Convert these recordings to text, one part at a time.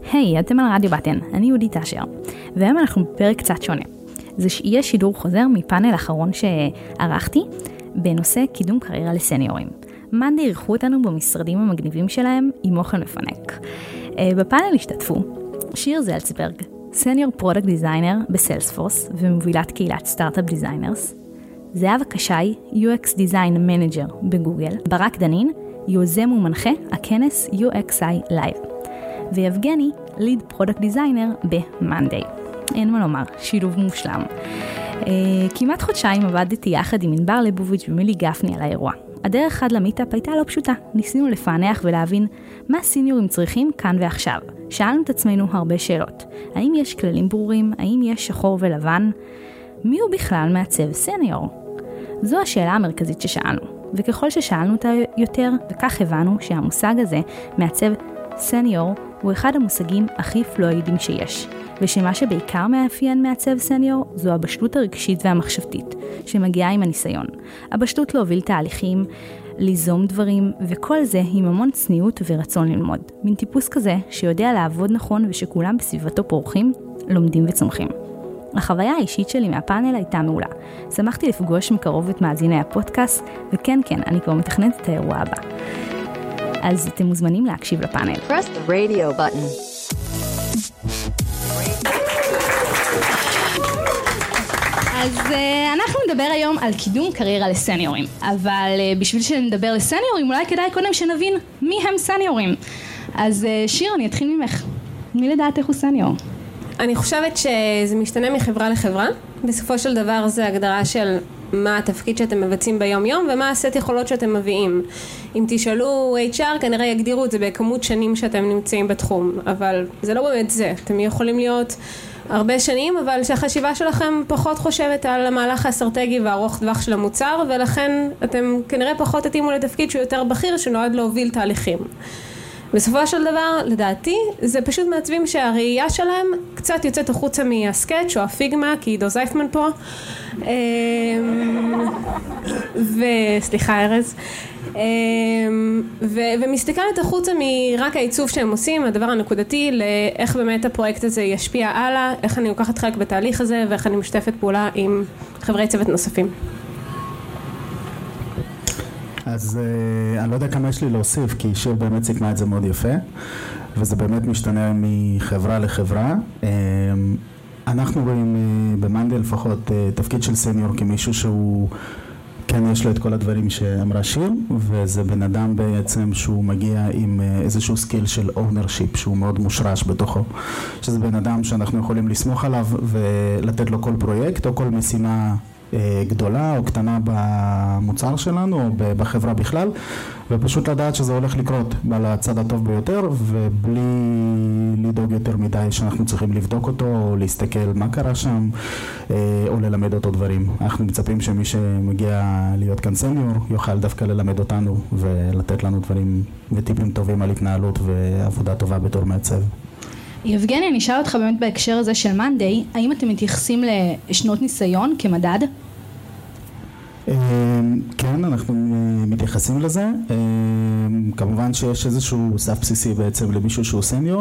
היי, אתם על רדיו בטן, אני יהודית אשר, והיום אנחנו בפרק קצת שונה. זה יהיה שידור חוזר מפאנל אחרון שערכתי בנושא קידום קריירה לסניורים. מאנדי אירחו אותנו במשרדים המגניבים שלהם עם אוכל מפנק. בפאנל השתתפו שיר זלצברג, סניור פרודקט דיזיינר בסיילספורס ומובילת קהילת סטארט-אפ דיזיינרס, זהב הקשי, UX דיזיין מנג'ר בגוגל, ברק דנין, יוזם ומנחה הכנס UXI Live, ויבגני, ליד פרודקט דיזיינר במאנדי. אין מה לומר, שילוב מושלם. כמעט חודשיים עבדתי יחד עם ענבר ליבוביץ' ומילי גפני על האירוע. הדרך עד למיטאפ הייתה לא פשוטה. ניסינו לפענח ולהבין מה סיניורים צריכים כאן ועכשיו. שאלנו את עצמנו הרבה שאלות. האם יש כללים ברורים? האם יש שחור ולבן? מי הוא בכלל מעצב סניור? זו השאלה המרכזית ששאלנו. וככל ששאלנו אותה יותר, וכך הבנו שהמושג הזה, מעצב סניור, הוא אחד המושגים הכי פלואידים שיש. ושמה שבעיקר מאפיין מעצב סניור, זו הבשלות הרגשית והמחשבתית, שמגיעה עם הניסיון. הבשלות להוביל תהליכים, ליזום דברים, וכל זה עם המון צניעות ורצון ללמוד. מין טיפוס כזה שיודע לעבוד נכון ושכולם בסביבתו פורחים, לומדים וצומחים. החוויה האישית שלי מהפאנל הייתה מעולה. שמחתי לפגוש מקרוב את מאזיני הפודקאסט, וכן, אני כבר מתכננת את האירוע הבא. אז אתם מוזמנים להקשיב לפאנל. Press the radio button. אז אנחנו נדבר היום על קידום קריירה לסניורים, אבל בשביל שנדבר לסניורים אולי כדאי קודם שנבין מי הם סניורים. אז שיר, אני אתחיל ממך. מי לדעתך הוא סניור? אני חושבת שזה משתנה מחברה לחברה. בסופו של דבר זה הגדרה של מה התפקיד שאתם מבצעים ביום יום ומה הסט יכולות שאתם מביאים. אם תשאלו HR כנראה יגדירו את זה בכמות שנים שאתם נמצאים בתחום, אבל זה לא באמת זה. אתם יכולים להיות הרבה שנים, אבל שהחשיבה שלכם פחות חושבת על המהלך האסטרטגי והארוך טווח של המוצר, ולכן אתם כנראה פחות תתאימו לתפקיד שהוא יותר בכיר שנועד להוביל תהליכים. בסופו של דבר, לדעתי, זה פשוט מעצבים שהראייה שלהם קצת יוצאת החוצה מהסקץ' או הפיגמה, כי עידו זייפמן פה. וסליחה ארז. ומסתכלת החוצה מרק העיצוב שהם עושים, הדבר הנקודתי, לאיך באמת הפרויקט הזה ישפיע הלאה, איך אני לוקחת חלק בתהליך הזה, ואיך אני משתפת פעולה עם חברי צוות נוספים. אז אני לא יודע כמה יש לי להוסיף, כי שיר באמת סיכמה את זה מאוד יפה, וזה באמת משתנה מחברה לחברה. אנחנו רואים במאנדי לפחות תפקיד של סניור כמישהו שהוא, כן, יש לו את כל הדברים שאמרה שיר, וזה בן אדם בעצם שהוא מגיע עם איזשהו סקיל של אונרשיפ שהוא מאוד מושרש בתוכו, שזה בן אדם שאנחנו יכולים לסמוך עליו ולתת לו כל פרויקט או כל משימה גדולה או קטנה במוצר שלנו או בחברה בכלל, ופשוט לדעת שזה הולך לקרות על הצד הטוב ביותר, ובלי לדאוג יותר מדי שאנחנו צריכים לבדוק אותו או להסתכל מה קרה שם או ללמד אותו דברים. אנחנו מצפים שמי שמגיע להיות כאן סניור יוכל דווקא ללמד אותנו ולתת לנו דברים וטיפים טובים על התנהלות ועבודה טובה בתור מעצב. יבגני, אני אשאל אותך באמת בהקשר הזה של מאנדי, האם אתם מתייחסים לשנות ניסיון כמדד? כן, אנחנו מתייחסים לזה. כמובן שיש איזשהו סף בסיסי בעצם למישהו שהוא סניור,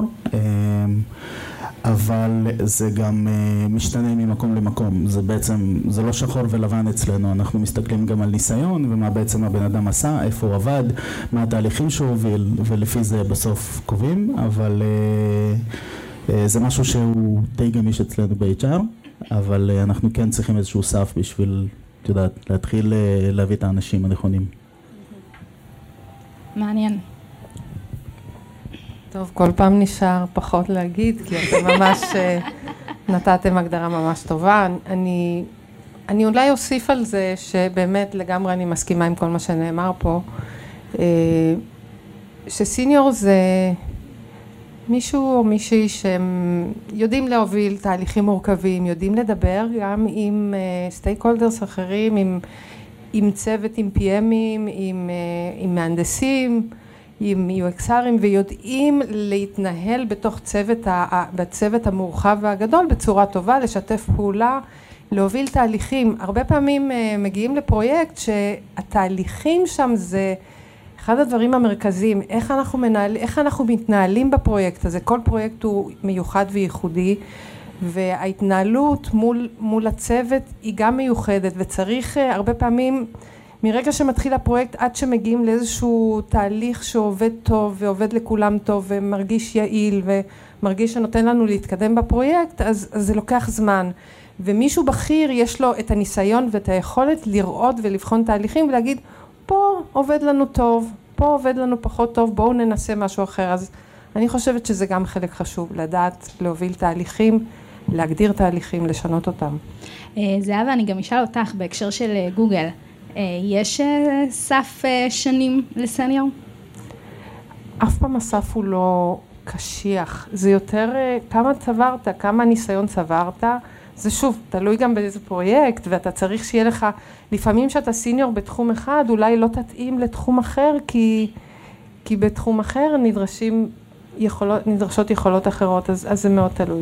אבל זה גם משתנה ממקום למקום. זה בעצם, זה לא שחור ולבן אצלנו. אנחנו מסתכלים גם על ניסיון ומה בעצם הבן אדם עשה, איפה הוא עבד, מה התהליכים שהוא הוביל, ולפי זה בסוף קובעים, אבל זה משהו שהוא די גמיש אצלנו ב-HR, אבל אנחנו כן צריכים איזשהו סף בשביל, את יודעת, להתחיל להביא את האנשים הנכונים. מעניין. טוב, כל פעם נשאר פחות להגיד, כי אתם ממש נתתם הגדרה ממש טובה. אני אולי אוסיף על זה שבאמת לגמרי אני מסכימה עם כל מה שנאמר פה, שסיניור זה מישהו או מישהי שהם יודעים להוביל תהליכים מורכבים, יודעים לדבר גם עם סטייקהולדרס אחרים, עם צוות, עם PM'ים, עם מהנדסים, עם UXR'ים, ויודעים להתנהל בתוך בצוות המורחב והגדול בצורה טובה, לשתף פעולה, להוביל תהליכים. הרבה פעמים מגיעים לפרויקט שהתהליכים שם זה אחד הדברים המרכזיים, איך אנחנו מתנהלים בפרויקט הזה, כל פרויקט הוא מיוחד וייחודי, וההתנהלות מול הצוות היא גם מיוחדת, וצריך הרבה פעמים, מרגע שמתחיל הפרויקט עד שמגיעים לאיזשהו תהליך שעובד טוב ועובד לכולם טוב ומרגיש יעיל ומרגיש שנותן לנו להתקדם בפרויקט, אז זה לוקח זמן. ומישהו בכיר יש לו את הניסיון ואת היכולת לראות ולבחון תהליכים ולהגיד, פה עובד לנו טוב, פה עובד לנו פחות טוב, בואו ננסה משהו אחר. אז אני חושבת שזה גם חלק חשוב, לדעת להוביל תהליכים, להגדיר תהליכים, לשנות אותם. זהבה, אני גם אשאל אותך בהקשר של גוגל, יש סף שנים לסניור? אף פעם הסף הוא לא קשיח, זה יותר כמה צברת, כמה ניסיון צברת, זה שוב, תלוי גם באיזה פרויקט, ואתה צריך שיהיה לך, לפעמים שאתה סיניור בתחום אחד, אולי לא תתאים לתחום אחר, כי בתחום אחר נדרשות יכולות אחרות, אז זה מאוד תלוי.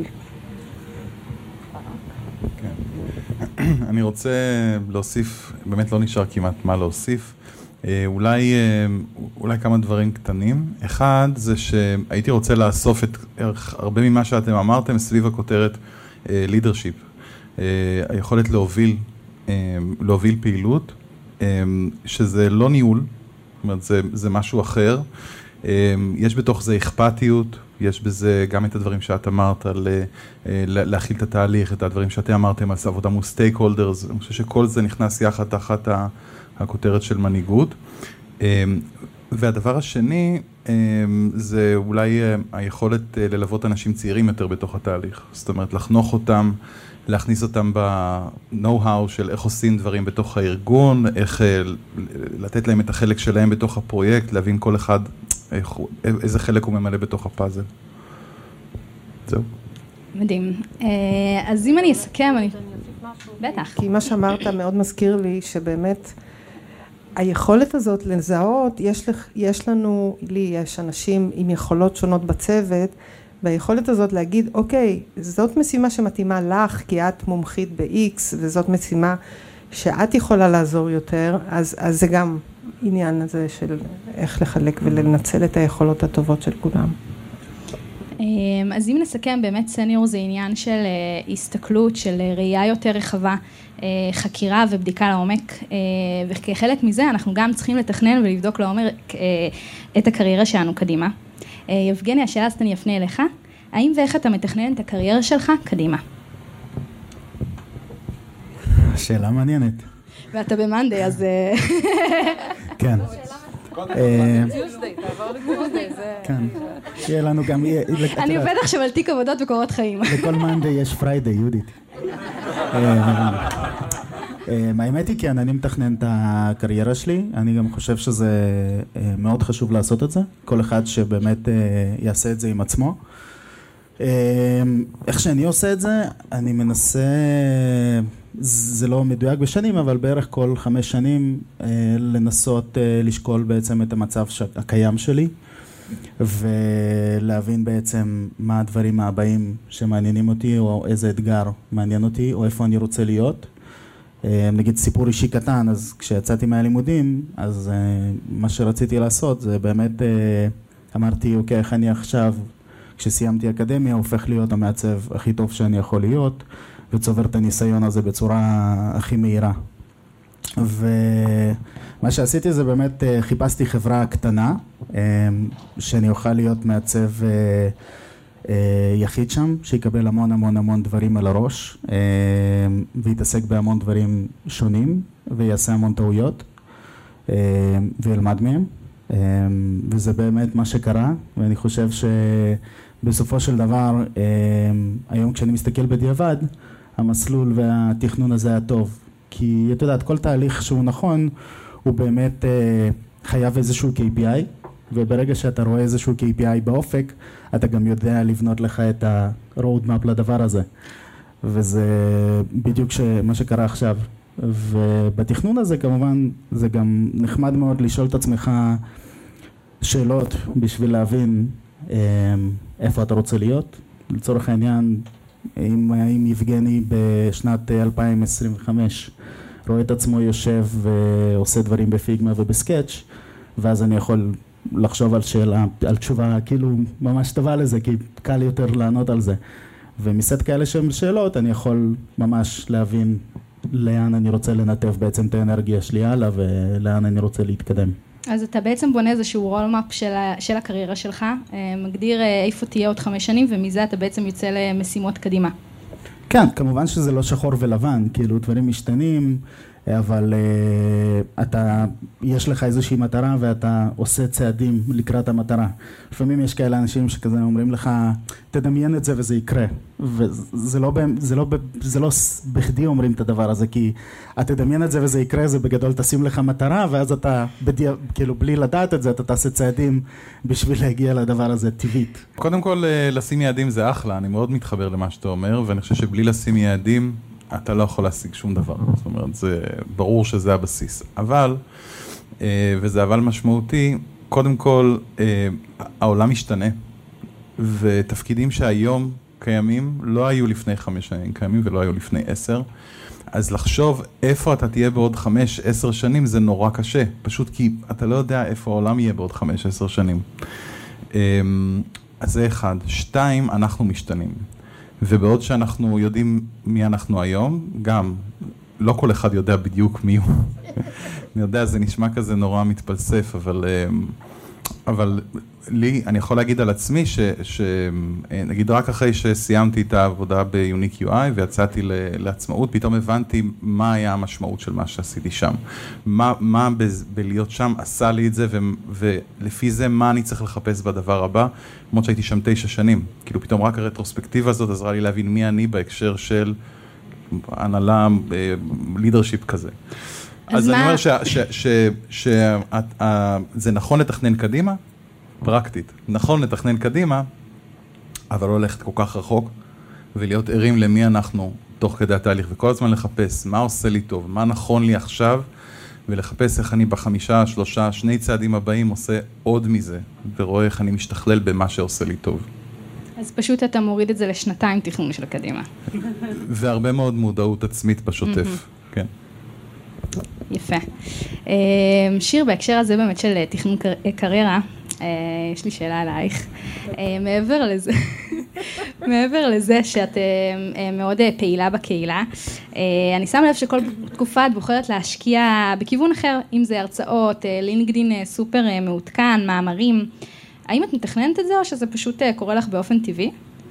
אני רוצה להוסיף, באמת לא נשאר כמעט מה להוסיף, אולי כמה דברים קטנים. אחד זה שהייתי רוצה לאסוף את הרבה ממה שאתם אמרתם סביב הכותרת leadership, היכולת להוביל פעילות, שזה לא ניהול, זאת אומרת זה משהו אחר, יש בתוך זה אכפתיות, יש בזה גם את הדברים שאת אמרת על להכיל את התהליך, את הדברים שאתם אמרתם על עבודה מול stakeholders, אני חושב שכל זה נכנס יחד תחת הכותרת של מנהיגות. והדבר השני זה אולי היכולת ללוות אנשים צעירים יותר בתוך התהליך, זאת אומרת לחנוך אותם, להכניס אותם ב-know-how של איך עושים דברים בתוך הארגון, איך לתת להם את החלק שלהם בתוך הפרויקט, להבין כל אחד איזה חלק הוא ממלא בתוך הפאזל. זהו. מדהים. אז אם אני אסכם, בטח. כי מה שאמרת מאוד מזכיר לי שבאמת היכולת הזאת לזהות, יש אנשים עם יכולות שונות בצוות, והיכולת הזאת להגיד, אוקיי, זאת משימה שמתאימה לך, כי את מומחית ב-X, וזאת משימה שאת יכולה לעזור יותר, אז זה גם עניין הזה של איך לחלק ולנצל את היכולות הטובות של כולם. אז אם נסכם, באמת סניור זה עניין של הסתכלות, של ראייה יותר רחבה, חקירה ובדיקה לעומק, וכחלק מזה אנחנו גם צריכים לתכנן ולבדוק לעומק את הקריירה שלנו קדימה. יבגני, השאלה הזאת אני אפנה אליך, האם ואיך אתה מתכנן את הקריירה שלך קדימה? שאלה מעניינת. ואתה במנדי, אז... כן. כן, יהיה לנו גם... אני עובד עכשיו על תיק עבודות וקורות חיים. לכל מנדי יש פריידי, יהודית. האמת היא כי אני מתכנן את הקריירה שלי, אני גם חושב שזה מאוד חשוב לעשות את זה, כל אחד שבאמת יעשה את זה עם עצמו. איך שאני עושה את זה, אני מנסה, זה לא מדויק בשנים, אבל בערך כל 5 שנים לנסות לשקול בעצם את המצב הקיים שלי, ולהבין בעצם מה הדברים הבאים שמעניינים אותי, או איזה אתגר מעניין אותי, או איפה אני רוצה להיות. נגיד סיפור אישי קטן, אז כשיצאתי מהלימודים, אז מה שרציתי לעשות זה באמת, אמרתי, אוקיי, איך אני עכשיו, כשסיימתי אקדמיה, הופך להיות המעצב הכי טוב שאני יכול להיות, וצובר את הניסיון הזה בצורה הכי מהירה. ומה שעשיתי זה באמת, חיפשתי חברה קטנה, שאני אוכל להיות מעצב יחיד שם, שיקבל המון המון המון דברים על הראש, ויתעסק בהמון דברים שונים, ויעשה המון טעויות, וילמד מהם. וזה באמת מה שקרה, ואני חושב שבסופו של דבר, היום כשאני מסתכל בדיעבד, המסלול והתכנון הזה היה טוב. כי אתה יודעת, כל תהליך שהוא נכון, הוא באמת חייב איזשהו KPI, וברגע שאתה רואה איזשהו KPI באופק, אתה גם יודע לבנות לך את ה-road map לדבר הזה. וזה בדיוק מה שקרה עכשיו. ובתכנון הזה כמובן זה גם נחמד מאוד לשאול את עצמך שאלות בשביל להבין איפה אתה רוצה להיות. לצורך העניין, אם יבגני בשנת 2025 רואה את עצמו יושב ועושה דברים בפיגמה ובסקאץ', ואז אני יכול לחשוב על שאלה, על תשובה כאילו ממש טובה לזה, כי קל יותר לענות על זה. ומסט כאלה שהן שאלות, אני יכול ממש להבין לאן אני רוצה לנתב בעצם את האנרגיה שלי הלאה, ולאן אני רוצה להתקדם. אז אתה בעצם בונה איזשהו רול-מאפ של הקריירה שלך, מגדיר איפה תהיה עוד 5 שנים, ומזה אתה בעצם יוצא למשימות קדימה. כן, כמובן שזה לא שחור ולבן, כאילו דברים משתנים, אבל יש לך איזושהי מטרה ואתה עושה צעדים לקראת המטרה. לפעמים יש כאלה אנשים שכזה אומרים לך, תדמיין את זה וזה יקרה. וזה לא בכדי אומרים את הדבר הזה, כי תדמיין את זה וזה יקרה, זה בגדול תשים לך מטרה, ואז אתה, כאילו בלי לדעת את זה, אתה תעשה צעדים בשביל להגיע לדבר הזה טבעית. קודם כל, לשים יעדים זה אחלה, אני מאוד מתחבר למה שאתה אומר, ואני חושב שבלי לשים יעדים, אתה לא יכול להשיג שום דבר. זאת אומרת, זה ברור שזה הבסיס. אבל, וזה אבל משמעותי, קודם כל, העולם משתנה, ותפקידים שהיום קיימים, לא היו לפני 5 שנים קיימים, ולא היו לפני 10. אז לחשוב איפה אתה תהיה בעוד 5-10 שנים, זה נורא קשה. פשוט כי אתה לא יודע איפה העולם יהיה בעוד 5-10 שנים. אז זה 1. 2, אנחנו משתנים. ובעוד שאנחנו יודעים מי אנחנו היום, גם לא כל אחד יודע בדיוק מי הוא. אני יודע, זה נשמע כזה נורא מתפלסף, אבל לי, אני יכול להגיד על עצמי נגיד רק אחרי שסיימתי את העבודה ביוניק UI ויצאתי לעצמאות, פתאום הבנתי מה היה המשמעות של מה שעשיתי שם. מה בלהיות שם עשה לי את זה, ולפי זה מה אני צריך לחפש בדבר הבא, כמו שהייתי שם 9 שנים. כאילו פתאום רק הרטרוספקטיבה הזאת עזרה לי להבין מי אני בהקשר של הנהלה, לידרשיפ כזה. אז אני אומר שזה נכון לתכנן קדימה, פרקטית. נכון לתכנן קדימה, אבל לא ללכת כל כך רחוק, ולהיות ערים למי אנחנו תוך כדי התהליך, וכל הזמן לחפש מה עושה לי טוב, מה נכון לי עכשיו, ולחפש איך אני 5, 3, 2 צעדים הבאים עושה עוד מזה, ורואה איך אני משתכלל במה שעושה לי טוב. אז פשוט אתה מוריד את זה ל2 תכנון של קדימה. והרבה מאוד מודעות עצמית בשוטף, כן. יפה. שיר, בהקשר הזה באמת של תכנון קריירה, יש לי שאלה עלייך. מעבר לזה שאת מאוד פעילה בקהילה, אני שם לב שכל תקופה את בוחרת להשקיע בכיוון אחר, אם זה הרצאות, לינקדין סופר מעודכן, מאמרים. האם את מתכננת את זה או שזה פשוט קורה לך באופן טבעי?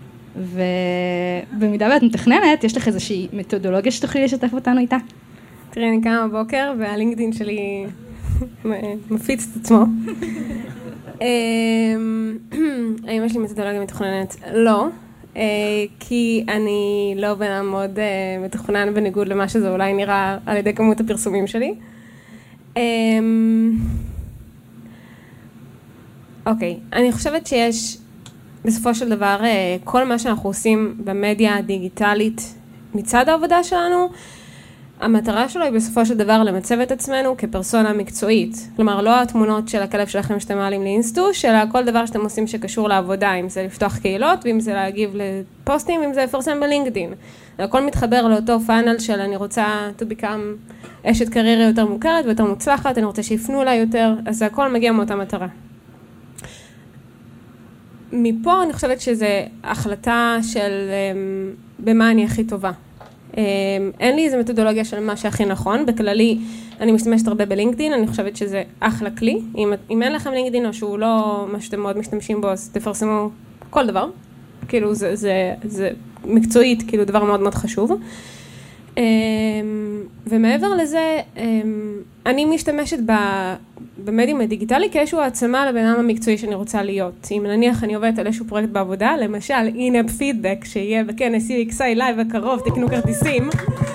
ובמידה ואת מתכננת, יש לך איזושהי מתודולוגיה שתוכלי לשתף אותנו איתה? תראי, אני קמה בבוקר והלינקדין שלי מפיץ את עצמו. האם יש לי מתודולוגיה מתוכננת? לא, כי אני לא בן מאוד מתוכנן בניגוד למה שזה אולי נראה על ידי כמות הפרסומים שלי. אוקיי, אני חושבת שיש בסופו של דבר כל מה שאנחנו עושים במדיה הדיגיטלית מצד העבודה שלנו, המטרה שלו היא בסופו של דבר למצב את עצמנו כפרסונה מקצועית. כלומר, לא התמונות של הכלב שלכם שאתם מעלים לאינסטוש, אלא כל דבר שאתם עושים שקשור לעבודה, אם זה לפתוח קהילות, ואם זה להגיב לפוסטים, ואם זה לפרסם בלינקדין. הכל מתחבר לאותו פאנל של אני רוצה to become אשת קריירה יותר מוכרת ויותר מוצלחת, אני רוצה שיפנו אליי יותר, אז הכל מגיע מאותה מטרה. מפה אני חושבת שזו החלטה של במה אני הכי טובה. אין לי איזו מתודולוגיה של מה שהכי נכון, בכללי אני משתמשת הרבה בלינקדין, אני חושבת שזה אחלה כלי, אם אין לכם לינקדין או שהוא לא מה שאתם מאוד משתמשים בו, אז תפרסמו כל דבר, כאילו זה מקצועית, כאילו דבר מאוד מאוד חשוב. ומעבר לזה, אני משתמשת במדיום הדיגיטלי כאיזשהו העצמה לבן אדם המקצועי שאני רוצה להיות. אם נניח אני עובדת על איזשהו פרויקט בעבודה, למשל in-app feedback שיהיה בכנס UXI Live הקרוב, תקנו כרטיסים.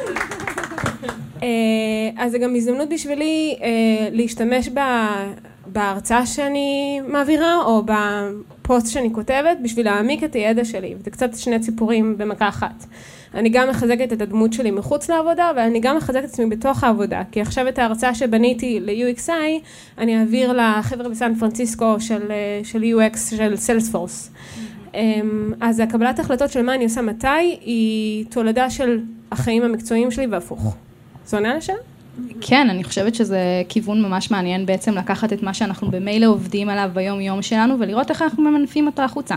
אז זה גם הזדמנות בשבילי להשתמש בהרצאה שאני מעבירה, או בפוסט שאני כותבת, בשביל להעמיק את הידע שלי. וזה קצת 2 ציפורים במכה אחת. אני גם מחזקת את הדמות שלי מחוץ לעבודה, ואני גם מחזקת את עצמי בתוך העבודה. כי עכשיו את ההרצאה שבניתי ל-UXI, אני אעביר לחבר'ה בסן פרנסיסקו של UX, של סיילספורס. אז הקבלת ההחלטות של מה אני עושה מתי, היא תולדה של החיים המקצועיים שלי והפוך. זה עונה לשאלה? כן, אני חושבת שזה כיוון ממש מעניין בעצם לקחת את מה שאנחנו במילא עובדים עליו ביום יום שלנו ולראות איך אנחנו ממנפים אותו החוצה.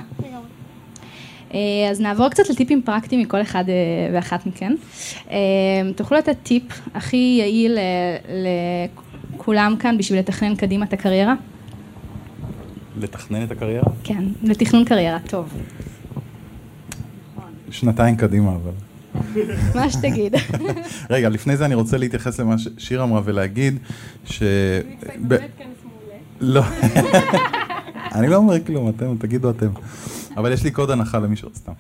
אז נעבור קצת לטיפים פרקטיים מכל אחד ואחת מכן. תוכלו לתת טיפ הכי יעיל לכולם כאן בשביל לתכנן קדימה את הקריירה? לתכנן את הקריירה? כן, לתכנון קריירה, טוב. 2 קדימה, אבל... מה שתגיד. רגע, לפני זה אני רוצה להתייחס למה ששיר אמרה ולהגיד ש... לא. אני לא אומר כלום, אתם, תגידו אתם. אבל יש לי קוד הנחה למישהו, סתם.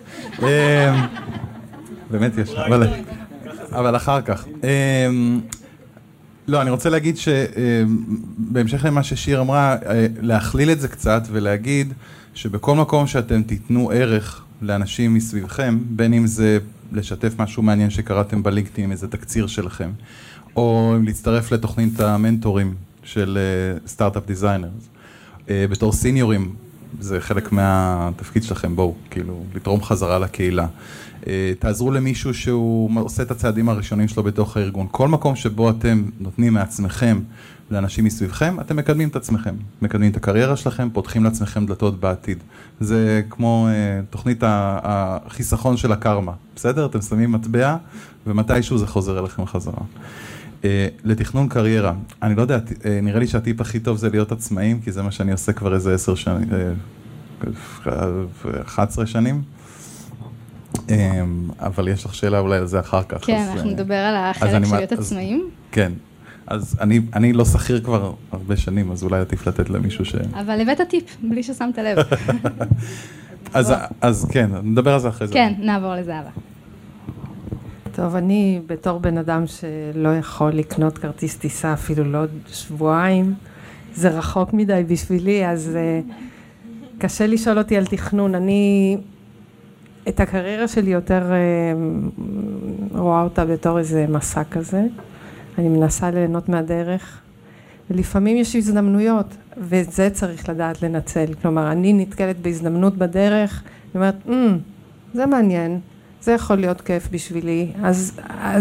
באמת יש, אבל אחר כך. לא, אני רוצה להגיד שבהמשך למה ששיר אמרה, להכליל את זה קצת ולהגיד שבכל מקום שאתם תיתנו ערך לאנשים מסביבכם, בין אם זה לשתף משהו מעניין שקראתם בלינקדאין, איזה תקציר שלכם, או להצטרף לתוכנית המנטורים של סטארט-אפ דיזיינרס. בתור סיניורים, זה חלק מהתפקיד שלכם, בואו, כאילו, לתרום חזרה לקהילה. תעזרו למישהו שהוא עושה את הצעדים הראשונים שלו בתוך הארגון. כל מקום שבו אתם נותנים מעצמכם לאנשים מסביבכם, אתם מקדמים את עצמכם, מקדמים את הקריירה שלכם, פותחים לעצמכם דלתות בעתיד. זה כמו תוכנית החיסכון של הקרמה, בסדר? אתם שמים מטבע, ומתישהו זה חוזר אליכם חזרה. לתכנון קריירה, אני לא יודע, נראה לי שהטיפ הכי טוב זה להיות עצמאים, כי זה מה שאני עושה כבר איזה 10 שנים, 11 שנים. אבל יש לך שאלה אולי על זה אחר כך. כן, אנחנו נדבר על החלק של להיות עצמאים. כן, אז אני לא שכיר כבר הרבה שנים, אז אולי עדיף לתת למישהו ש... אבל הבאת טיפ, בלי ששמת לב. אז כן, נדבר על זה אחרי זה. כן, נעבור לזהבה. טוב, אני בתור בן אדם שלא יכול לקנות כרטיס טיסה אפילו לא שבועיים, זה רחוק מדי בשבילי, אז קשה לשאול אותי על תכנון. אני את הקריירה שלי יותר רואה אותה בתור איזה מסע כזה. אני מנסה ליהנות מהדרך, ולפעמים יש הזדמנויות, ואת זה צריך לדעת לנצל. כלומר, אני נתקלת בהזדמנות בדרך, אני אומרת, זה מעניין, זה יכול להיות כיף בשבילי, אז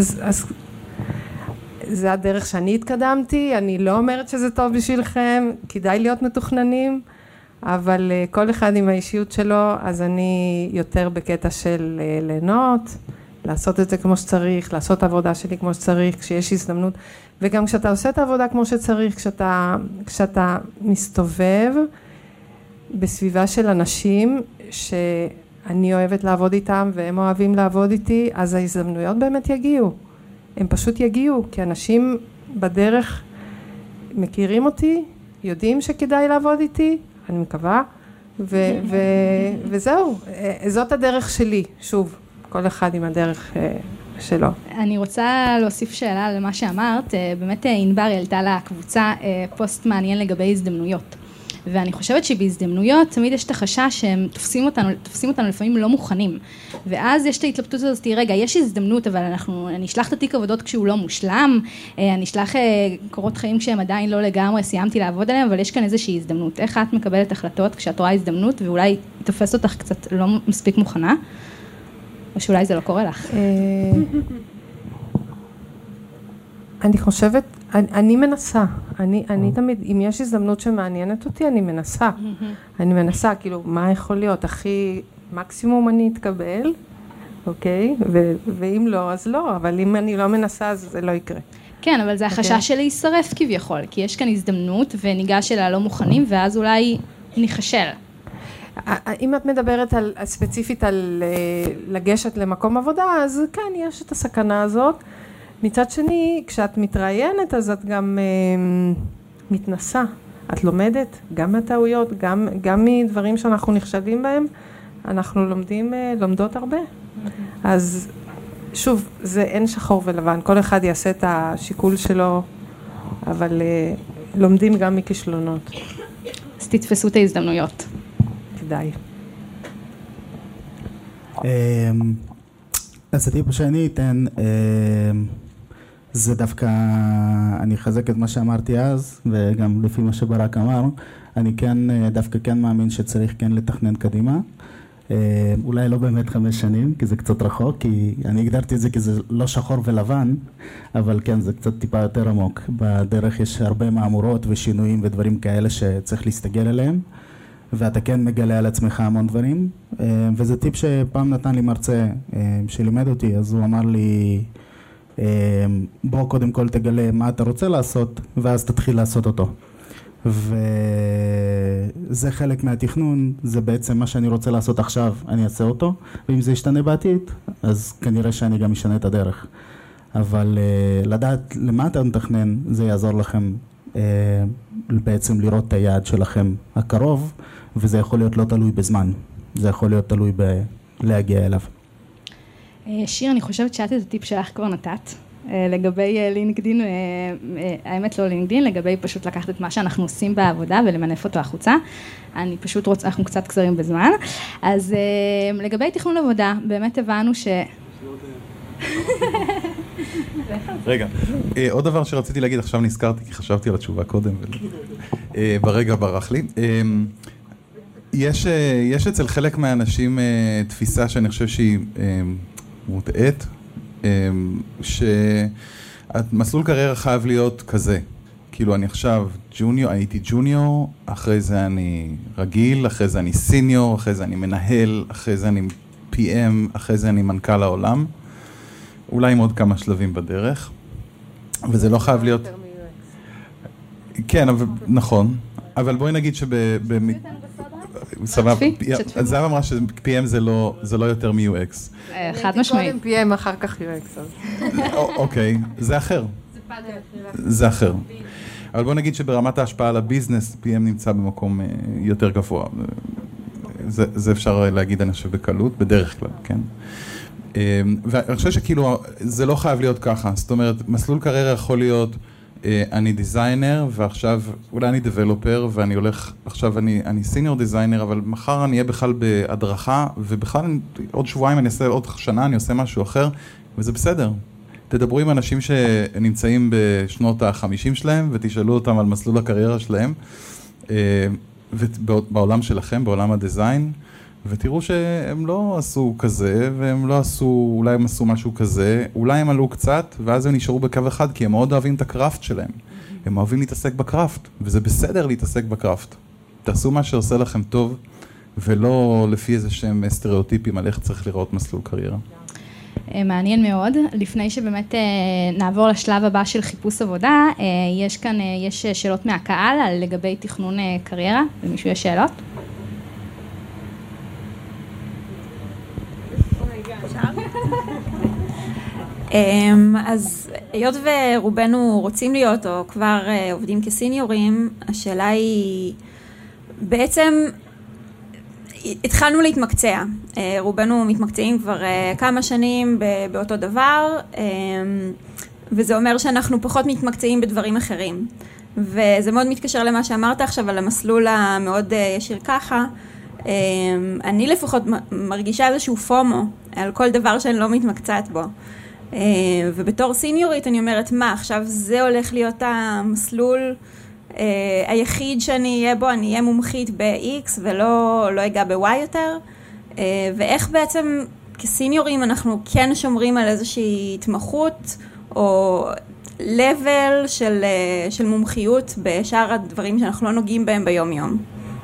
זה הדרך שאני התקדמתי, אני לא אומרת שזה טוב בשבילכם, כדאי להיות מתוכננים, אבל כל אחד עם האישיות שלו, אז אני יותר בקטע של ליהנות, לעשות את זה כמו שצריך, לעשות את העבודה שלי כמו שצריך, כשיש הזדמנות, וגם כשאתה עושה את העבודה כמו שצריך, כשאתה מסתובב בסביבה של אנשים שאני אוהבת לעבוד איתם והם אוהבים לעבוד איתי, אז ההזדמנויות באמת יגיעו. הם פשוט יגיעו, כי אנשים בדרך מכירים אותי, יודעים שכדאי לעבוד איתי, אני מקווה, וזהו, זאת הדרך שלי, שוב. כל אחד עם הדרך שלו. אני רוצה להוסיף שאלה למה שאמרת, באמת ענבר העלתה לקבוצה פוסט מעניין לגבי הזדמנויות. ואני חושבת שבהזדמנויות תמיד יש את החשש שהם תופסים אותנו לפעמים לא מוכנים. ואז יש את ההתלבטות הזאת, רגע, יש הזדמנות, אבל אני אשלח את התיק עבודות כשהוא לא מושלם, אני אשלח קורות חיים כשהם עדיין לא לגמרי, סיימתי לעבוד עליהם, אבל יש כאן איזושהי הזדמנות. איך את מקבלת החלטות כשאת רואה הזדמנות, ואולי תופס אותך קצת לא מספיק מוכנה? או שאולי זה לא קורה לך. אני חושבת, אני מנסה, אני תמיד, אם יש הזדמנות שמעניינת אותי, אני מנסה, כאילו, מה יכול להיות? הכי מקסימום אני אתקבל, אוקיי? ואם לא, אז לא, אבל אם אני לא מנסה, אז זה לא יקרה. כן, אבל זה החשש של להישרף כביכול, כי יש כאן הזדמנות וניגש אליה לא מוכנים, ואז אולי נחשל. אם את מדברת ספציפית על לגשת למקום עבודה, אז כן, יש את הסכנה הזאת. מצד שני, כשאת מתראיינת, אז את גם מתנסה. את לומדת גם מהטעויות, גם מדברים שאנחנו נכשלים בהם, אנחנו לומדות הרבה. אז שוב, זה אין שחור ולבן, כל אחד יעשה את השיקול שלו, אבל לומדים גם מכישלונות. אז תתפסו את ההזדמנויות. כדאי. אז הטיפ שאני אתן, זה דווקא, אני אחזק את מה שאמרתי אז, וגם לפי מה שברק אמר, אני כן, דווקא כן מאמין שצריך כן לתכנן קדימה. אולי לא באמת 5 שנים, כי זה קצת רחוק, כי אני הגדרתי את זה כי זה לא שחור ולבן, אבל כן, זה קצת טיפה יותר עמוק. בדרך יש הרבה מהמורות ושינויים ודברים כאלה שצריך להסתגל אליהם, ואתה כן מגלה על עצמך המון דברים, וזה טיפ שפעם נתן לי מרצה שלימד אותי, אז הוא אמר לי, בוא קודם כל תגלה מה אתה רוצה לעשות, ואז תתחיל לעשות אותו. וזה חלק מהתכנון, זה בעצם מה שאני רוצה לעשות עכשיו, אני אעשה אותו, ואם זה ישתנה בעתיד, אז כנראה שאני גם אשנה את הדרך. אבל לדעת למה אתה מתכנן, זה יעזור לכם בעצם לראות את היעד שלכם הקרוב, וזה יכול להיות לא תלוי בזמן, זה יכול להיות תלוי בלהגיע אליו. שיר, אני חושבת שאת את הטיפ שלך כבר נתת, לגבי לינקדין, האמת לא לינקדין, לגבי פשוט לקחת את מה שאנחנו עושים בעבודה ולמנף אותו החוצה. אני פשוט רוצה, אנחנו קצת קצרים בזמן. אז לגבי תכנון עבודה, באמת הבנו רגע, עוד דבר שרציתי להגיד, עכשיו נזכרתי, כי חשבתי על התשובה קודם, ברגע ברח לי. יש אצל חלק מהאנשים תפיסה שאני חושב שהיא מוטעית, שהמסלול קריירה חייב להיות כזה. כאילו אני עכשיו ג'וניור, הייתי ג'וניור, אחרי זה אני רגיל, אחרי זה אני סיניור, אחרי זה אני מנהל, אחרי זה אני PM, אחרי זה אני מנכ"ל העולם. אולי עם עוד כמה שלבים בדרך. וזה לא חייב להיות... כן, אבל נכון. אבל בואי נגיד סבבה, זהב אמרה ש-PM זה לא יותר מ-UX. חד משמעית. קודם PM, אחר כך UX. אוקיי, זה אחר. זה אחר. אבל בוא נגיד שברמת ההשפעה על הביזנס, PM נמצא במקום יותר גבוה. זה אפשר להגיד, אני חושב, בקלות, בדרך כלל, כן? ואני חושב שכאילו, זה לא חייב להיות ככה. זאת אומרת, מסלול קריירה יכול להיות, אני דיזיינר, ועכשיו אולי אני דבלופר, ואני הולך, עכשיו אני סיניור דיזיינר, אבל מחר אני אהיה בכלל בהדרכה, ובכלל עוד שבועיים אני אעשה, עוד שנה אני עושה משהו אחר, וזה בסדר. תדברו עם אנשים שנמצאים בשנות ה-50 שלהם, ותשאלו אותם על מסלול הקריירה שלהם, ובעולם שלכם, בעולם הדיזיין, ותראו שהם לא עשו כזה, והם לא עשו, אולי הם עשו משהו כזה, אולי הם עלו קצת, ואז הם נשארו בקו אחד, כי הם מאוד אוהבים את הקראפט שלהם. הם אוהבים להתעסק בקראפט, וזה בסדר להתעסק בקראפט. תעשו מה שעושה לכם טוב, ולא לפי איזה שהם סטריאוטיפים על איך צריך לראות מסלול קריירה. מעניין מאוד. לפני שבאמת נעבור לשלב הבא של חיפוש עבודה, יש שאלות מהקהל לגבי תכנון קריירה, למישהו יש שאלות? אז היות ורובנו רוצים להיות או כבר עובדים כסיניורים, השאלה היא בעצם התחלנו להתמקצע, רובנו מתמקצעים כבר כמה שנים באותו דבר, וזה אומר שאנחנו פחות מתמקצעים בדברים אחרים, וזה מאוד מתקשר למה שאמרת עכשיו על המסלול המאוד ישיר ככה. אני לפחות מרגישה איזשהו פומו על כל דבר שאני לא מתמקצעת בו, ובתור סיניורית אני אומרת, מה עכשיו זה הולך להיות המסלול היחיד שאני אהיה בו, אני אהיה מומחית ב-X ולא אגע ב-Y יותר, ואיך בעצם כסיניורים אנחנו כן שומרים על איזושהי התמחות או level של מומחיות בשאר הדברים שאנחנו לא נוגעים בהם ביום יום.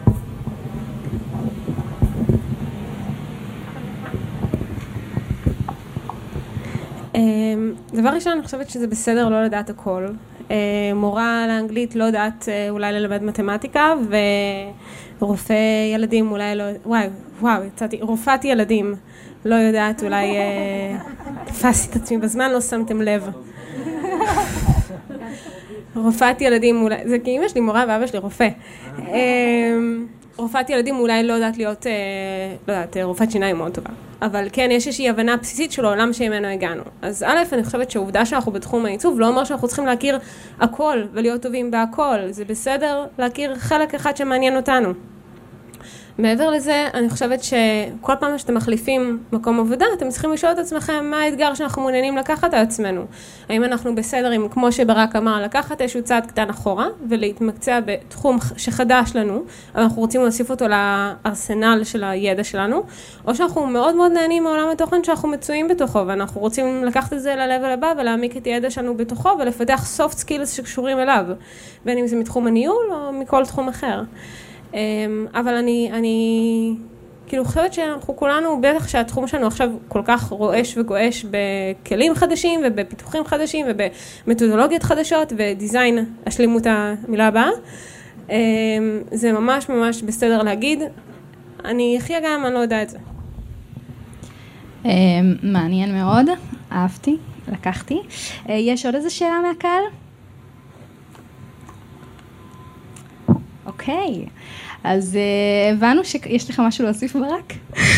דבר ראשון, אני חושבת שזה בסדר לא לדעת הכל. מורה לאנגלית לא יודעת אולי ללמד מתמטיקה, ורופא ילדים אולי לא... וואו, יצאתי, רופאת ילדים לא יודעת אולי... תפסתי את עצמי בזמן, לא שמתם לב. רופאת ילדים אולי... זה כי אמא שלי מורה ואבא שלי רופא. רופאת ילדים אולי לא יודעת להיות, לא יודעת, רופאת שיניים מאוד טובה. אבל כן, יש איזושהי הבנה בסיסית של העולם שממנו הגענו. אז א', אני חושבת שהעובדה שאנחנו בתחום העיצוב לא אומר שאנחנו צריכים להכיר הכל ולהיות טובים בהכל. זה בסדר להכיר חלק אחד שמעניין אותנו. מעבר לזה, אני חושבת שכל פעם שאתם מחליפים מקום עבודה, אתם צריכים לשאול את עצמכם מה האתגר שאנחנו מעוניינים לקחת על עצמנו. האם אנחנו בסדר עם, כמו שברק אמר, לקחת איזשהו צעד קטן אחורה, ולהתמקצע בתחום שחדש לנו, אבל אנחנו רוצים להוסיף אותו לארסנל של הידע שלנו, או שאנחנו מאוד מאוד נהנים מעולם התוכן שאנחנו מצויים בתוכו, ואנחנו רוצים לקחת את זה ללבל הבא, ולהעמיק את הידע שלנו בתוכו, ולפתח soft skills שקשורים אליו, בין אם זה מתחום הניהול או מכל תחום אחר. אבל אני כאילו חושבת שאנחנו כולנו, בטח שהתחום שלנו עכשיו כל כך רועש וגועש בכלים חדשים ובפיתוחים חדשים ובמתודולוגיות חדשות ודיזיין, השלימות המילה הבאה, זה ממש ממש בסדר להגיד, אני אחיה גם, אני לא יודע את זה. מעניין מאוד, אהבתי, לקחתי. יש עוד איזו שאלה מהקהל? אוקיי, אז הבנו שיש לך משהו להוסיף ברק?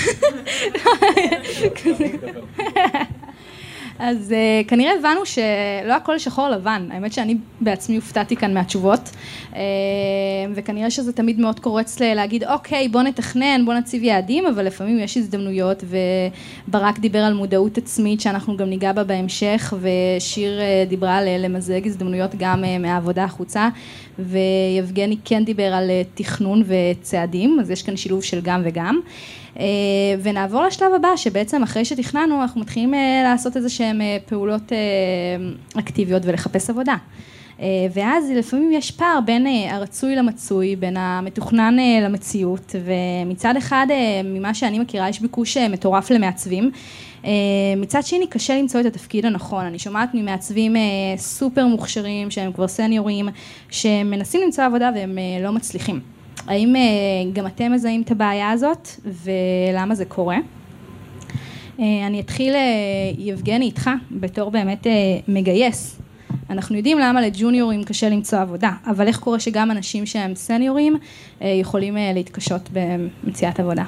אז כנראה הבנו שלא הכל שחור לבן, האמת שאני בעצמי הופתעתי כאן מהתשובות, וכנראה שזה תמיד מאוד קורץ להגיד, אוקיי, בוא נתכנן, בוא נציב יעדים, אבל לפעמים יש הזדמנויות, וברק דיבר על מודעות עצמית, שאנחנו גם ניגע בה בהמשך, ושיר דיברה על למזג הזדמנויות גם מהעבודה החוצה, ויבגני כן דיבר על תכנון וצעדים, אז יש כאן שילוב של גם וגם. ונעבור לשלב הבא, שבעצם אחרי שתכננו, אנחנו מתחילים לעשות איזה שהן פעולות אקטיביות ולחפש עבודה. ואז לפעמים יש פער בין הרצוי למצוי, בין המתוכנן למציאות, ומצד אחד, ממה שאני מכירה, יש ביקוש מטורף למעצבים. מצד שני, קשה למצוא את התפקיד הנכון. אני שומעת ממעצבים סופר מוכשרים, שהם כבר סניורים, שמנסים למצוא עבודה והם לא מצליחים. האם גם אתם מזהים את הבעיה הזאת, ולמה זה קורה? אני אתחיל, יבגני, איתך, בתור באמת מגייס. אנחנו יודעים למה לג'וניורים קשה למצוא עבודה, אבל איך קורה שגם אנשים שהם סניורים יכולים להתקשות במציאת עבודה?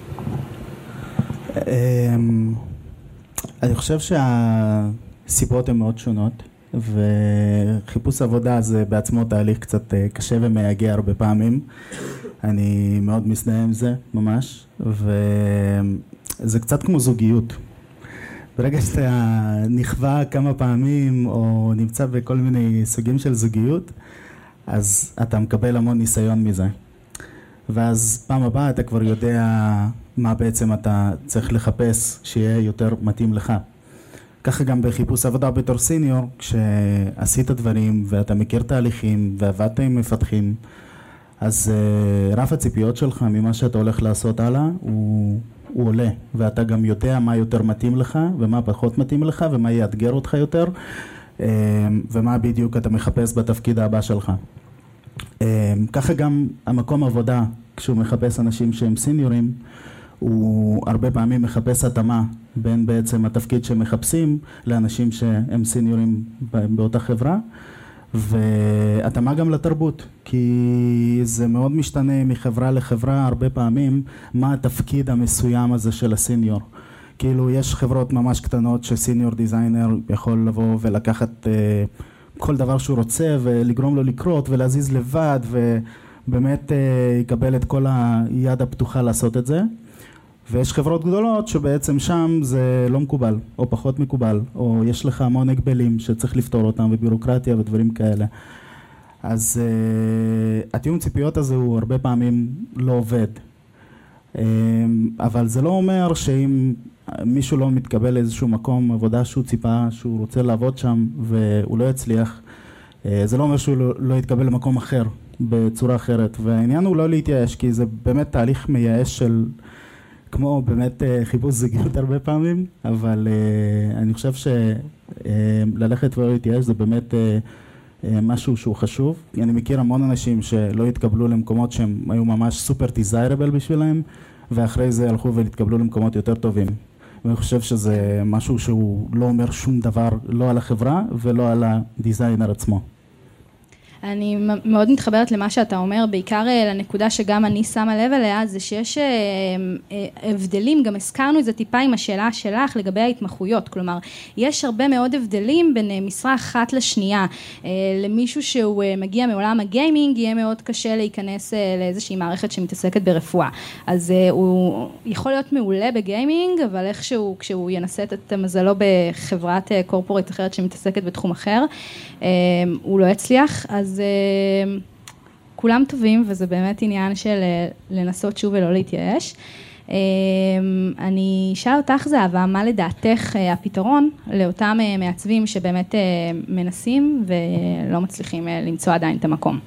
אני חושב שהסיבות הן מאוד שונות, וחיפוש עבודה זה בעצמו תהליך קצת קשה ומייגע הרבה פעמים. אני מאוד מזדהה עם זה ממש, וזה קצת כמו זוגיות. ברגע שאתה נכווה כמה פעמים או נמצא בכל מיני סוגים של זוגיות, אז אתה מקבל המון ניסיון מזה. ואז פעם הבאה אתה כבר יודע מה בעצם אתה צריך לחפש שיהיה יותר מתאים לך. ככה גם בחיפוש עבודה בתור סיניור, כשעשית דברים ואתה מכיר תהליכים ועבדת עם מפתחים, אז רף הציפיות שלך ממה שאתה הולך לעשות הלאה הוא עולה, ואתה גם יודע מה יותר מתאים לך ומה פחות מתאים לך ומה יאתגר אותך יותר, ומה בדיוק אתה מחפש בתפקיד הבא שלך. ככה גם המקום עבודה, כשהוא מחפש אנשים שהם סיניורים, הוא הרבה פעמים מחפש התאמה בין בעצם התפקיד שמחפשים לאנשים שהם סיניורים באותה חברה, והתאמה גם לתרבות, כי זה מאוד משתנה מחברה לחברה הרבה פעמים מה התפקיד המסוים הזה של הסיניור. כאילו יש חברות ממש קטנות שסיניור דיזיינר יכול לבוא ולקחת כל דבר שהוא רוצה ולגרום לו לקרות ולהזיז לבד, ובאמת יקבל את כל היד הפתוחה לעשות את זה. ויש חברות גדולות שבעצם שם זה לא מקובל, או פחות מקובל, או יש לך המון הגבלים שצריך לפתור אותם, ובירוקרטיה ודברים כאלה. אז התיאום ציפיות הזה הוא הרבה פעמים לא עובד. אבל זה לא אומר שאם מישהו לא מתקבל לאיזשהו מקום עבודה שהוא ציפה, שהוא רוצה לעבוד שם והוא לא יצליח, זה לא אומר שהוא לא יתקבל למקום אחר, בצורה אחרת. והעניין הוא לא להתייאש, כי זה באמת תהליך מייאש של כמו באמת חיפוש זוגיות הרבה פעמים, אבל אני חושב שללכת ולא להתייאש זה באמת משהו שהוא חשוב. אני מכיר המון אנשים שלא התקבלו למקומות שהם היו ממש סופר desirable בשבילהם, ואחרי זה הלכו והתקבלו למקומות יותר טובים. ואני חושב שזה משהו שהוא לא אומר שום דבר, לא על החברה ולא על הדיזיינר עצמו. אני מאוד מתחברת למה שאתה אומר, בעיקר לנקודה שגם אני שמה לב אליה, זה שיש הבדלים, גם הזכרנו את זה טיפה עם השאלה שלך לגבי ההתמחויות, כלומר, יש הרבה מאוד הבדלים בין משרה אחת לשנייה, למישהו שהוא מגיע מעולם הגיימינג, יהיה מאוד קשה להיכנס לאיזושהי מערכת שמתעסקת ברפואה, אז הוא יכול להיות מעולה בגיימינג, אבל איכשהו כשהוא ינסה את מזלו בחברת קורפורט אחרת שמתעסקת בתחום אחר, הוא לא יצליח, אז כולם טובים, וזה באמת עניין של לנסות שוב ולא להתייאש. אני אשאל אותך זהבה, מה לדעתך הפתרון לאותם מעצבים שבאמת מנסים ולא מצליחים למצוא עדיין את המקום?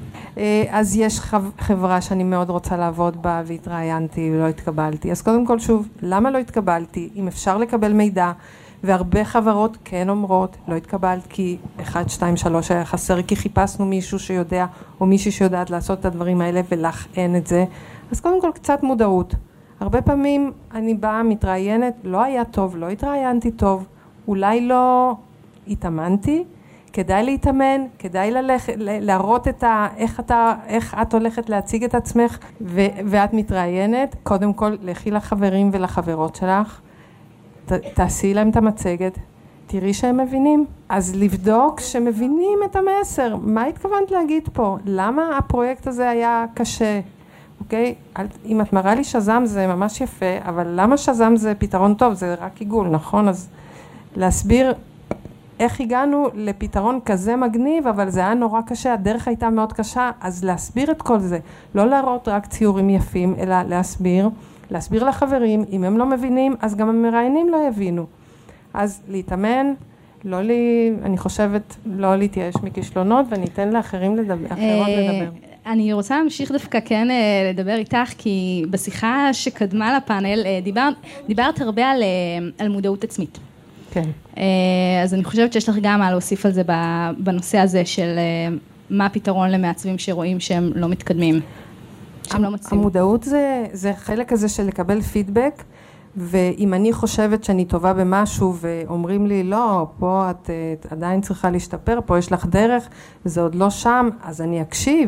אז יש חברה שאני מאוד רוצה לעבוד בה והתראיינתי ולא התקבלתי. אז קודם כל שוב, למה לא התקבלתי? אם אפשר לקבל מידע, והרבה חברות כן אומרות, לא התקבלת כי 1, 2, 3 היה חסר, כי חיפשנו מישהו שיודע, או מישהי שיודעת לעשות את הדברים האלה, ולך אין את זה. אז קודם כל קצת מודעות. הרבה פעמים אני באה, מתראיינת, לא היה טוב, לא התראיינתי טוב, אולי לא התאמנתי, כדאי להתאמן, כדאי להראות איך את הולכת להציג את עצמך, ואת מתראיינת, קודם כל לכי לחברים ולחברות שלך, תעשי להם את המצגת, תראי שהם מבינים. אז לבדוק שמבינים את המסר. מה התכוונת להגיד פה? למה הפרויקט הזה היה קשה? אוקיי? אם את מראה לי שזם זה ממש יפה, אבל למה שזם זה פתרון טוב? זה רק עיגול, נכון? אז להסביר איך הגענו לפתרון כזה מגניב, אבל זה היה נורא קשה, הדרך הייתה מאוד קשה, אז להסביר את כל זה. לא להראות רק ציורים יפים, אלא להסביר לחברים, אם הם לא מבינים, אז גם המראיינים לא יבינו. אז להתאמן, אני חושבת לא להתייאש מכישלונות, ואני אתן לאחרים לדבר. אני רוצה להמשיך דווקא כן לדבר איתך, כי בשיחה שקדמה לפאנל, דיברת הרבה על מודעות עצמית. כן. אז אני חושבת שיש לך גם מה להוסיף על זה בנושא הזה של מה הפתרון למעצבים שרואים שהם לא מתקדמים. המודעות זה חלק הזה של לקבל פידבק, ואם אני חושבת שאני טובה במשהו ואומרים לי לא, פה את עדיין צריכה להשתפר, פה יש לך דרך, זה עוד לא שם, אז אני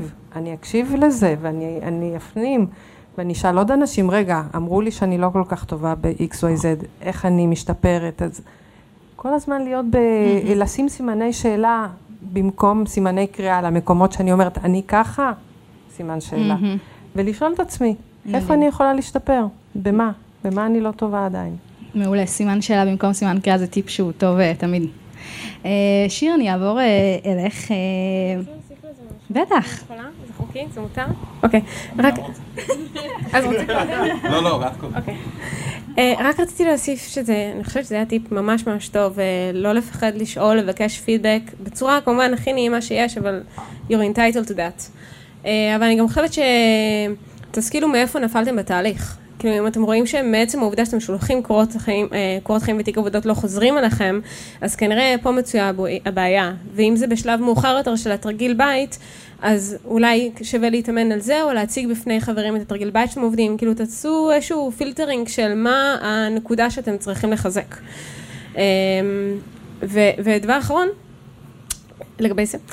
אקשיב לזה ואני אפנים, ואני אשאל עוד אנשים, רגע, אמרו לי שאני לא כל כך טובה ב-XYZ, איך אני משתפרת, אז כל הזמן להיות לשים סימני שאלה במקום סימני קריאה למקומות שאני אומרת, אני ככה, סימן שאלה. ולשאול את עצמי, איפה אני יכולה להשתפר? במה? במה אני לא טובה עדיין? מעולה, סימן שאלה במקום סימן קריאה זה טיפ שהוא טוב תמיד. שיר, אני אעבור אליך. בטח. זה חוקי? זה מותר? אוקיי. רק... אז רוצים קודם? לא, רק קודם. אוקיי. רק רציתי להוסיף שזה, אני חושבת שזה היה טיפ ממש ממש טוב, לא לפחד לשאול, לבקש פידבק, בצורה כמובן הכי נעימה שיש, אבל you're entitled to that. אבל אני גם חושבת שתשכילו מאיפה נפלתם בתהליך. כאילו, אם אתם רואים שמעצם העובדה שאתם שולחים קורות חיים ותיק עבודות לא חוזרים עליכם, אז כנראה פה מצויה הבעיה. ואם זה בשלב מאוחר יותר של התרגיל בית, אז אולי שווה להתאמן על זה, או להציג בפני חברים את התרגיל בית שאתם עובדים. כאילו, תעשו איזשהו פילטרינג של מה הנקודה שאתם צריכים לחזק. ודבר אחרון, לגבי זה,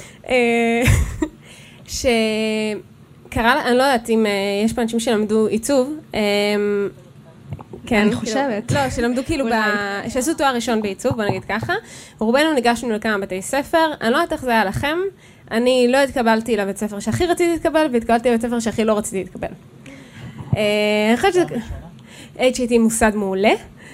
שקרה, אני לא יודעת אם יש פה אנשים שלמדו עיצוב, כן, אני חושבת. לא, שלמדו כאילו, שעשו תואר ראשון בעיצוב, בוא נגיד ככה, רובנו ניגשנו לכמה בתי ספר, אני לא יודעת איך זה היה לכם, אני לא התקבלתי לבית ספר שהכי רציתי להתקבל, והתקבלתי לבית ספר שהכי לא רציתי להתקבל. אני חושבת שזה, HIT מוסד מעולה.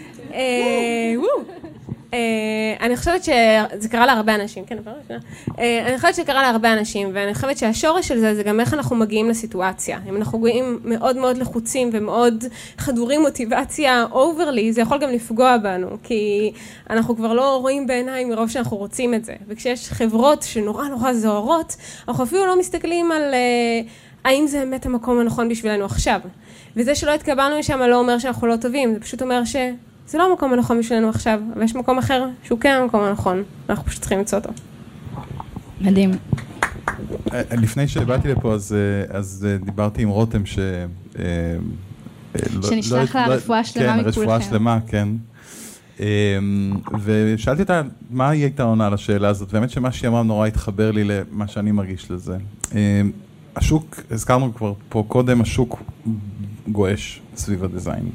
אני חושבת שזה קרה להרבה אנשים, כן, אני חושבת שזה קרה להרבה אנשים, ואני חושבת שהשורש של זה גם איך אנחנו מגיעים לסיטואציה. אם אנחנו מגיעים מאוד מאוד לחוצים ומאוד חדורים מוטיבציה אוברלי, זה יכול גם לפגוע בנו, כי אנחנו כבר לא רואים בעיניים מרוב שאנחנו רוצים את זה. וכשיש חברות שנורא נורא זוהרות, אנחנו אפילו לא מסתכלים על האם זה באמת המקום הנכון בשבילנו עכשיו. וזה שלא התקבלנו משם לא אומר שאנחנו לא טובים, זה פשוט אומר ש... זה לא המקום הנכון בשבילנו עכשיו, אבל יש מקום אחר שהוא כן המקום הנכון, אנחנו פשוט צריכים למצוא אותו. מדהים. לפני שבאתי לפה, אז דיברתי עם רותם שנשלח לה רפואה שלמה מכולכם. כן, רפואה שלמה, כן. ושאלתי אותה, מה היא הייתה עונה על השאלה הזאת? באמת שמה שהיא אמרה נורא התחבר לי למה שאני מרגיש לזה. השוק, הזכרנו כבר פה קודם, השוק גואש סביב הדיזיין.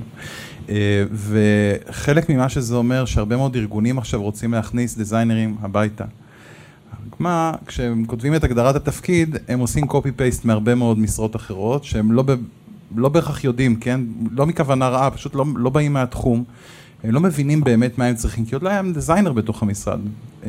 וחלק ממה שזה אומר, שהרבה מאוד ארגונים עכשיו רוצים להכניס דיזיינרים הביתה. מה, כשהם כותבים את הגדרת התפקיד, הם עושים copy-paste מהרבה מאוד משרות אחרות, שהם לא בהכרח יודעים, כן? לא מכוונה רעה, פשוט לא באים מהתחום. הם לא מבינים באמת מה הם צריכים, כי עוד לא היה דיזיינר בתוך המשרד.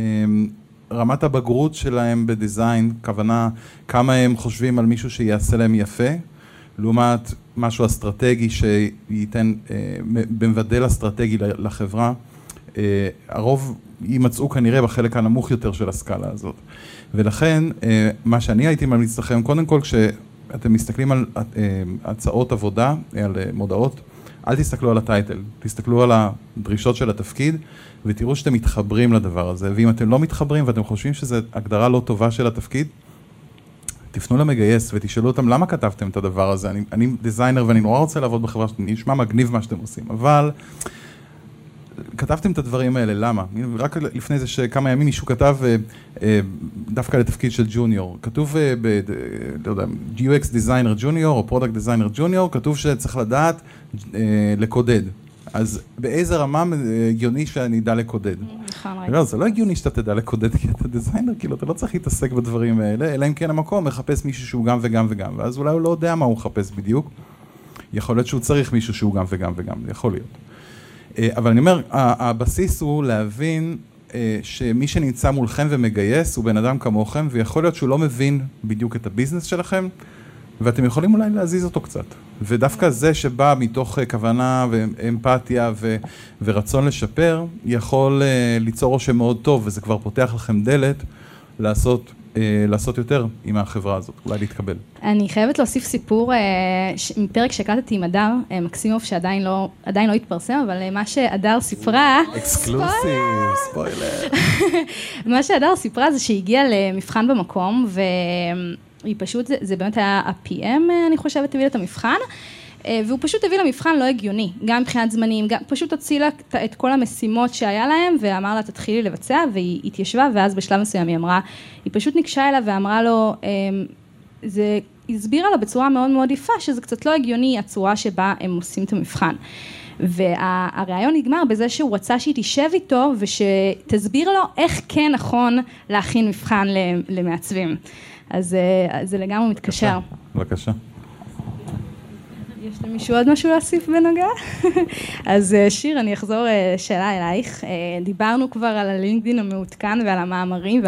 רמת הבגרות שלהם בדיזיין, כוונה כמה הם חושבים על מישהו שיעשה להם יפה, לעומת משהו אסטרטגי שייתן במבדל אסטרטגי לחברה. הרוב יימצאו כנראה בחלק הנמוך יותר של הסקאלה הזאת. ולכן, מה שאני הייתי ממליץ לכם, קודם כל כשאתם מסתכלים על הצעות עבודה, על מודעות, אל תסתכלו על הטייטל, תסתכלו על הדרישות של התפקיד, ותראו שאתם מתחברים לדבר הזה. ואם אתם לא מתחברים ואתם חושבים שזו הגדרה לא טובה של התפקיד, תפנו למגייס ותשאלו אותם למה כתבתם את הדבר הזה. אני דיזיינר ואני נורא רוצה לעבוד בחברה שנשמע מגניב מה שאתם עושים, אבל כתבתם את הדברים האלה, למה? רק לפני זה שכמה ימים מישהו כתב דווקא לתפקיד של ג'וניור. כתוב לא יודע, UX Designer Junior או Product Designer Junior, כתוב שצריך לדעת לקודד. אז באיזה רמה הגיוני שאני אדע לקודד? לא, זה לא הגיוני שאתה תדע לקודד כי אתה דיזיינר, כאילו אתה לא צריך להתעסק בדברים האלה, אלא אם כן המקום מחפש מישהו שהוא גם וגם וגם, ואז אולי הוא לא יודע מה הוא מחפש בדיוק. יכול להיות שהוא צריך מישהו שהוא גם וגם וגם, זה יכול להיות. אבל אני אומר, הבסיס הוא להבין שמי שנמצא מולכם ומגייס הוא בן אדם כמוכם, ויכול להיות שהוא לא מבין בדיוק את הביזנס שלכם, ואתם יכולים אולי להזיז אותו קצת. ודווקא זה שבא מתוך כוונה ואמפתיה ורצון לשפר, יכול ליצור רושם מאוד טוב, וזה כבר פותח לכם דלת לעשות יותר עם החברה הזאת, אולי להתקבל. אני חייבת להוסיף סיפור מפרק שהקלטתי עם אדר מקסימוב, שעדיין לא התפרסם, אבל מה שאדר סיפרה... אקסקלוסיב, ספוילר. מה שאדר סיפרה זה שהגיעה למבחן במקום, והיא פשוט, זה באמת היה ה-PM, אני חושבת, הביא לה את המבחן, והוא פשוט הביא למבחן לא הגיוני, גם מבחינת זמנים, פשוט הוציא לה את כל המשימות שהיה להם, ואמר לה, תתחילי לבצע, והיא התיישבה, ואז בשלב מסוים היא אמרה, היא פשוט ניגשה אליו ואמרה לו, זה הסבירה לה בצורה מאוד מאוד יפה, שזה קצת לא הגיוני הצורה שבה הם עושים את המבחן. והרעיון נגמר בזה שהוא רצה שהיא תשב איתו, ושתסביר לו איך כן נכון להכין מבחן למעצבים. אז זה לגמרי מתקשר. בבקשה. יש למישהו עוד משהו להוסיף בנוגע? אז שיר, אני אחזור שאלה אלייך. דיברנו כבר על הלינקדין המעודכן ועל המאמרים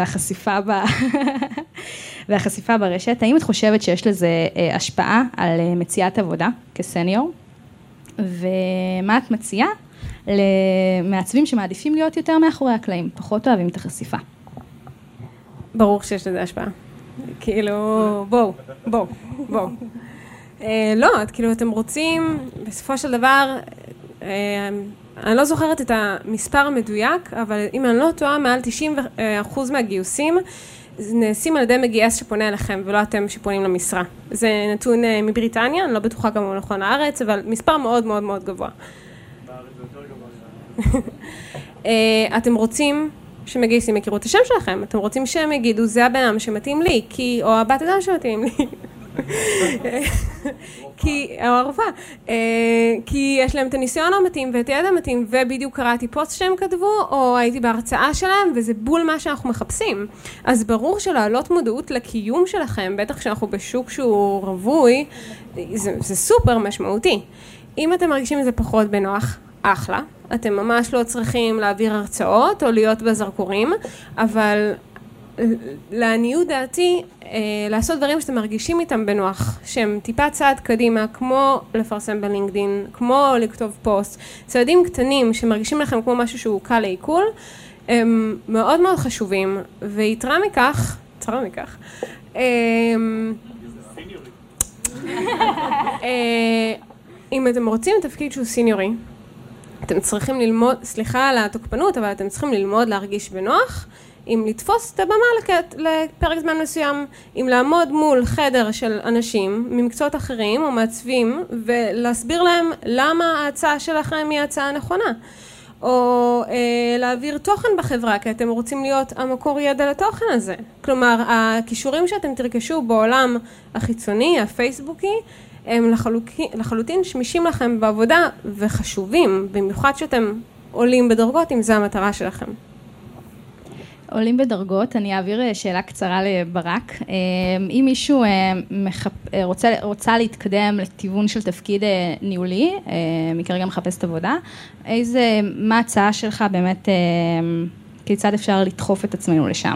והחשיפה ברשת. האם את חושבת שיש לזה השפעה על מציאת עבודה כסניור? ומה את מציעה למעצבים שמעדיפים להיות יותר מאחורי הקלעים, פחות אוהבים את החשיפה? ברור שיש לזה השפעה. כאילו, בואו. לא, כאילו אתם רוצים, בסופו של דבר, אני לא זוכרת את המספר המדויק, אבל אם אני לא טועה, מעל 90% מהגיוסים נעשים על ידי מגייס שפונה אליכם, ולא אתם שפונים למשרה. זה נתון מבריטניה, אני לא בטוחה גם הוא נכון לארץ, אבל מספר מאוד מאוד מאוד גבוה. בארץ זה יותר גבוה. אתם רוצים שמגייסים יכירו את השם שלכם, אתם רוצים שהם יגידו, זה הבן אדם שמתאים לי, או הבת אדם שמתאים לי. כי יש להם את הניסיון המתאים ואת הידע המתאים, ובדיוק קראתי פוסט שהם כתבו, או הייתי בהרצאה שלהם, וזה בול מה שאנחנו מחפשים. אז ברור שלהעלות מודעות לקיום שלכם, בטח כשאנחנו בשוק שהוא רווי, זה סופר משמעותי. אם אתם מרגישים את זה פחות בנוח, אחלה. אתם ממש לא צריכים להעביר הרצאות או להיות בזרקורים, אבל לעניות דעתי, לעשות דברים שאתם מרגישים איתם בנוח, שהם טיפה צעד קדימה, כמו לפרסם בלינקדין, כמו לכתוב פוסט, צעדים קטנים שמרגישים לכם כמו משהו שהוא קל לעיכול, הם מאוד מאוד חשובים, ויתרה מכך, אם אתם רוצים תפקיד שהוא סיניורי, אתם צריכים ללמוד, סליחה על התוקפנות, אבל אתם צריכים ללמוד להרגיש בנוח, אם לתפוס את הבמה לפרק זמן מסוים, אם לעמוד מול חדר של אנשים ממקצועות אחרים או מעצבים, ולהסביר להם למה ההצעה שלכם היא ההצעה הנכונה. או להעביר תוכן בחברה, כי אתם רוצים להיות המקור ידע לתוכן הזה. כלומר, הכישורים שאתם תרכשו בעולם החיצוני, הפייסבוקי, הם לחלוטין שמישים לכם בעבודה וחשובים, במיוחד שאתם עולים בדרגות, אם זו המטרה שלכם. עולים בדרגות, אני אעביר שאלה קצרה לברק. אם מישהו רוצה להתקדם לכיוון של תפקיד ניהולי, מכרגע מחפשת עבודה, מה ההצעה שלך באמת, כיצד אפשר לדחוף את עצמנו לשם?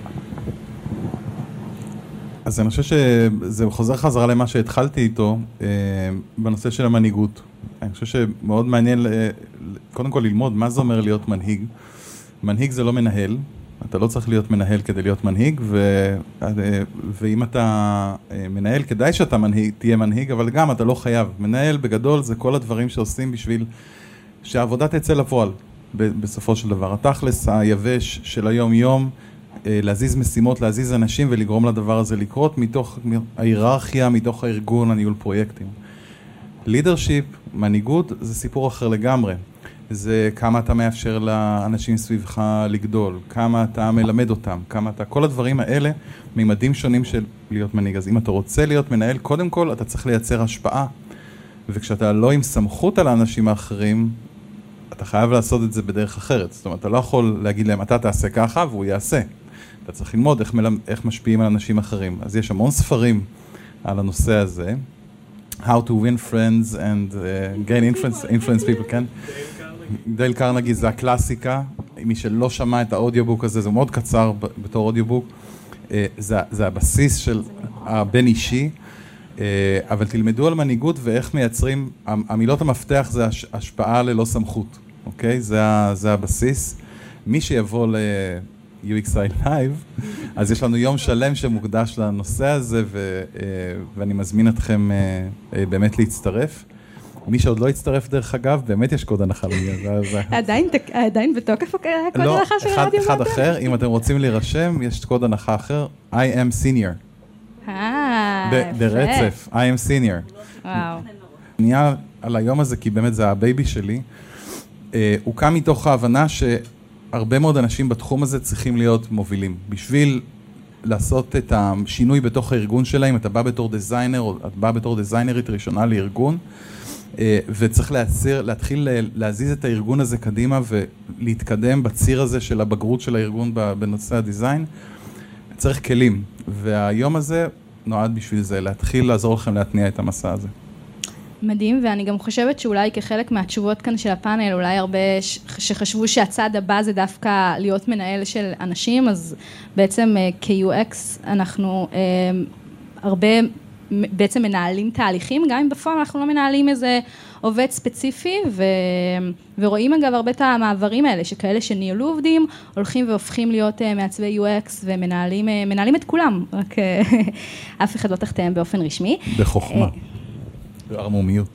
אז אני חושב שזה חוזר חזרה למה שהתחלתי איתו, בנושא של המנהיגות. אני חושב שמאוד מעניין, קודם כל ללמוד מה זה אומר להיות מנהיג. מנהיג זה לא מנהל, אתה לא צריך להיות מנהל כדי להיות מנהיג, ואם אתה מנהל, כדאי שאתה תהיה מנהיג, אבל גם אתה לא חייב. מנהל בגדול זה כל הדברים שעושים בשביל שהעבודה תצא לפועל בסופו של דבר. התכלס היבש של היום-יום, להזיז משימות, להזיז אנשים ולגרום לדבר הזה לקרות מתוך ההיררכיה, מתוך הארגון, הניהול פרויקטים. לידרשיפ, מנהיגות, זה סיפור אחר לגמרי. זה כמה אתה מאפשר לאנשים סביבך לגדול, כמה אתה מלמד אותם, כל הדברים האלה ממדים שונים של להיות מנהיג. אז אם אתה רוצה להיות מנהל, קודם כל אתה צריך לייצר השפעה. וכשאתה לא עם סמכות על האנשים האחרים, אתה חייב לעשות את זה בדרך אחרת. זאת אומרת, אתה לא יכול להגיד להם, אתה תעשה ככה והוא יעשה. אתה צריך ללמוד איך משפיעים על אנשים אחרים. אז יש המון ספרים על הנושא הזה. How to win friends and gain influence people, כן? דייל קרנגי זה הקלאסיקה. מי שלא שמע את האודיובוק הזה, זה מאוד קצר בתור אודיובוק. זה הבסיס של הבן אישי. אבל תלמדו על מנהיגות ואיך מייצרים, המילות המפתח זה השפעה ללא סמכות, אוקיי? זה הבסיס. מי שיבוא ל-UXI Live, אז יש לנו יום שלם שמוקדש לנושא הזה, ואני מזמין אתכם באמת להצטרף. מי שעוד לא יצטרף דרך אגב, באמת יש קוד הנחה עדיין בתוקף הקוד הנחה של רדיו לא, אחד אחר, אם אתם רוצים להירשם, יש קוד הנחה אחר, I am senior. ברצף, I am senior. וואו. נהיה על היום הזה, כי באמת זה הבייבי שלי, הוא קם מתוך ההבנה שהרבה מאוד אנשים בתחום הזה צריכים להיות מובילים. בשביל לעשות את השינוי בתוך הארגון שלהם, אתה בא בתור דיזיינר, או את בא בתור דיזיינרית ראשונה לארגון, וצריך להתחיל להזיז את הארגון הזה קדימה, ולהתקדם בציר הזה של הבגרות של הארגון בנושא הדיזיין. צריך כלים, והיום הזה נועד בשביל זה, להתחיל לעזור לכם להתניע את המסע הזה. מדהים, ואני גם חושבת שאולי כחלק מהתשובות כאן של הפאנל, אולי הרבה שחשבו שהצעד הבא זה דווקא להיות מנהל של אנשים, אז בעצם כ-UX אנחנו הרבה בעצם מנהלים תהליכים, גם אם בפועל אנחנו לא מנהלים איזה עובד ספציפי, ורואים אגב הרבה את המעברים האלה, שכאלה שניהלו עובדים, הולכים והופכים להיות מעצבי UX, ומנהלים את כולם, רק אף אחד לא תחתיהם באופן רשמי. בחוכמה. בערמומיות.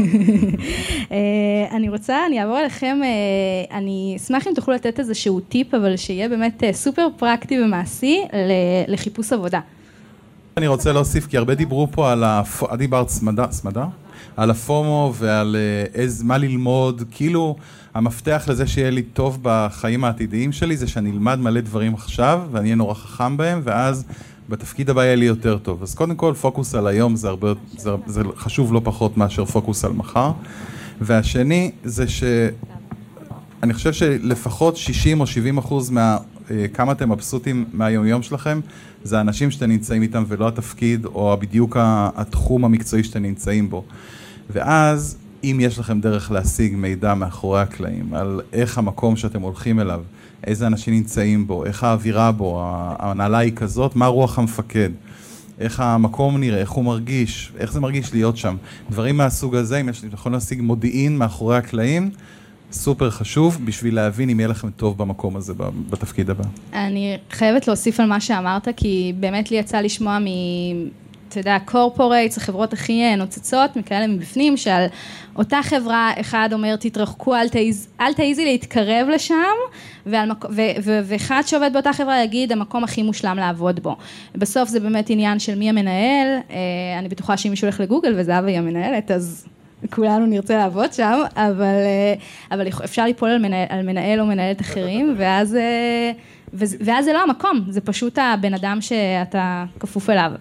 אני אעבור אליכם, אני אשמח אם תוכלו לתת איזשהו טיפ, אבל שיהיה באמת סופר פרקטי ומעשי לחיפוש עבודה. אני רוצה להוסיף, כי הרבה דיברו פה על דיברת סמדה? על הפומו ועל מה ללמוד, כאילו המפתח לזה שיהיה לי טוב בחיים העתידיים שלי, זה שאני אלמד מלא דברים עכשיו, ואני אהיה נורא חכם בהם, ואז בתפקיד הבא יהיה לי יותר טוב. אז קודם כל, פוקוס על היום זה חשוב לא פחות מאשר פוקוס על מחר. והשני זה אני חושב שלפחות 60 או 70% כמה אתם מבסוטים מהיום-יום שלכם, זה האנשים שאתם נמצאים איתם ולא התפקיד או בדיוק התחום המקצועי שאתם נמצאים בו. ואז, אם יש לכם דרך להשיג מידע מאחורי הקלעים, על איך המקום שאתם הולכים אליו, איזה אנשים נמצאים בו, איך האווירה בו, ההנהלה היא כזאת, מה רוח המפקד, איך המקום נראה, איך הוא מרגיש, איך זה מרגיש להיות שם. דברים מהסוג הזה, אם יש לכם להשיג מודיעין מאחורי הקלעים, סופר חשוב בשביל להבין אם יהיה לכם טוב במקום הזה, בתפקיד הבא. אני חייבת להוסיף על מה שאמרת, כי באמת לי יצא לשמוע אתה יודע, קורפורייטס, החברות הכי נוצצות, מכאלה מבפנים, שעל אותה חברה, אחד אומר, תתרחקו, אל תעיזי להתקרב לשם, ואחד שעובד באותה חברה יגיד, המקום הכי מושלם לעבוד בו. בסוף זה באמת עניין של מי המנהל, אני בטוחה שאם מישהו הולך לגוגל וזהבה היא המנהלת, אז כולנו נרצה לעבוד שם, אבל אפשר ליפול על מנהל או מנהלת אחרים, ואז זה לא המקום, זה פשוט הבן אדם שאתה כפוף אליו.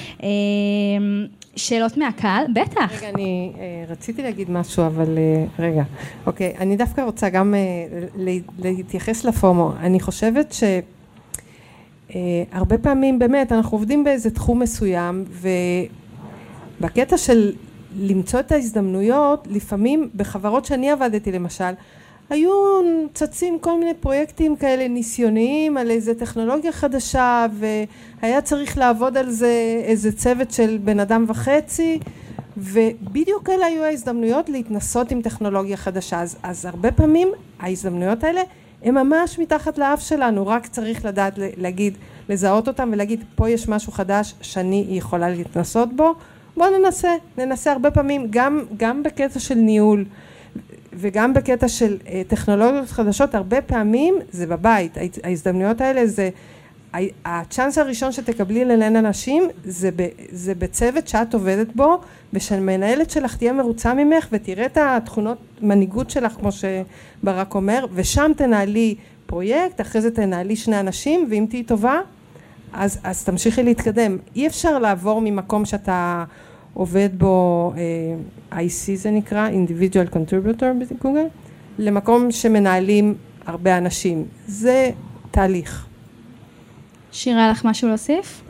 שאלות מהקהל? בטח. רגע, אני רציתי להגיד משהו, אבל רגע. אוקיי, אני דווקא רוצה גם להתייחס לפומו. אני חושבת שהרבה פעמים באמת אנחנו עובדים באיזה תחום מסוים, ובקטע של למצוא את ההזדמנויות, לפעמים בחברות שאני עבדתי למשל, היו צצים כל מיני פרויקטים כאלה ניסיוניים על איזה טכנולוגיה חדשה, והיה צריך לעבוד על זה איזה צוות של בן אדם וחצי, ובדיוק אלה היו ההזדמנויות להתנסות עם טכנולוגיה חדשה. אז הרבה פעמים ההזדמנויות האלה הן ממש מתחת לאף שלנו, רק צריך לדעת להגיד, לזהות אותם ולהגיד, פה יש משהו חדש שאני יכולה להתנסות בו, בואו ננסה הרבה פעמים, גם בקטע של ניהול, וגם בקטע של טכנולוגיות חדשות, הרבה פעמים זה בבית. ההזדמנויות האלה זה, הצ'אנס הראשון שתקבלי ללן אנשים, זה בצוות שאת עובדת בו, ושמנהלת שלך תהיה מרוצה ממך, ותראה את התכונות מנהיגות שלך, כמו שברק אומר, ושם תנהלי פרויקט, אחרי זה תנהלי 2 אנשים, ואם תהיי טובה, אז תמשיכי להתקדם. אי אפשר לעבור ממקום שאתה עובד בו, IC זה נקרא, individual contributor בגוגל, למקום שמנהלים הרבה אנשים. זה תהליך. שירה, לך משהו להוסיף?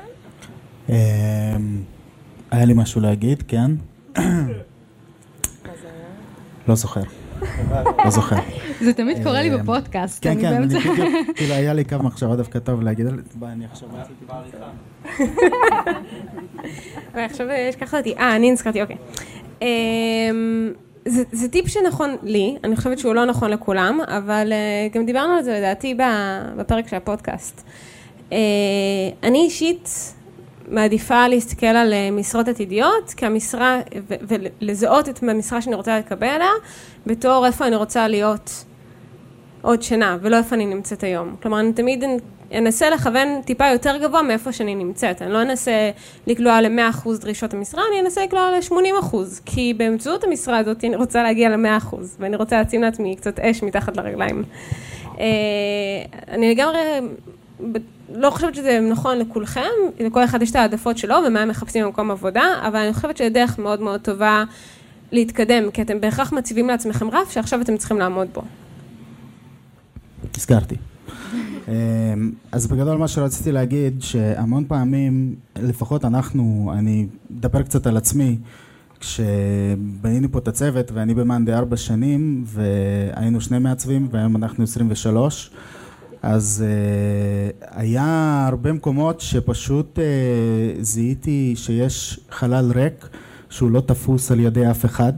היה לי משהו להגיד, כן? לא זוכר. לא זוכר. זה תמיד קורה לי בפודקאסט. כן, כן, אני בדיוק, כאילו היה לי כמה מחשבה דווקא טוב להגיד, אני עכשיו עכשיו שכחת אותי, אני נזכרתי, אוקיי. זה טיפ שנכון לי, אני חושבת שהוא לא נכון לכולם, אבל גם דיברנו על זה לדעתי בפרק של הפודקאסט. אני אישית מעדיפה להסתכל על משרות עתידיות כמשרה, ולזהות את המשרה שאני רוצה לקבל עליה, בתור איפה אני רוצה להיות עוד שנה, ולא איפה אני נמצאת היום. כלומר, אני תמיד אנסה לכוון טיפה יותר גבוה מאיפה שאני נמצאת. אני לא אנסה לקלוע ל-100% דרישות המשרה, אני אנסה לקלוע ל-80%, כי באמצעות המשרה הזאת אני רוצה להגיע ל-100%, ואני רוצה להציב לעצמי קצת אש מתחת לרגליים. אני לגמרי לא חושבת שזה נכון לכולכם, לכל אחד יש את העדפות שלו ומה הם מחפשים במקום עבודה, אבל אני חושבת שזה דרך מאוד מאוד טובה להתקדם, כי אתם בהכרח מציבים לעצמכם רף שעכשיו אתם צריכים לעמוד בו. הזכרתי. אז בגדול מה שרציתי להגיד, שהמון פעמים, לפחות אני אדבר קצת על עצמי, כשבנינו פה את הצוות, ואני במאנדי 4 שנים, והיינו 2 מעצבים, והיום אנחנו 23, אז היה הרבה מקומות שפשוט זיהיתי שיש חלל ריק, שהוא לא תפוס על ידי אף אחד,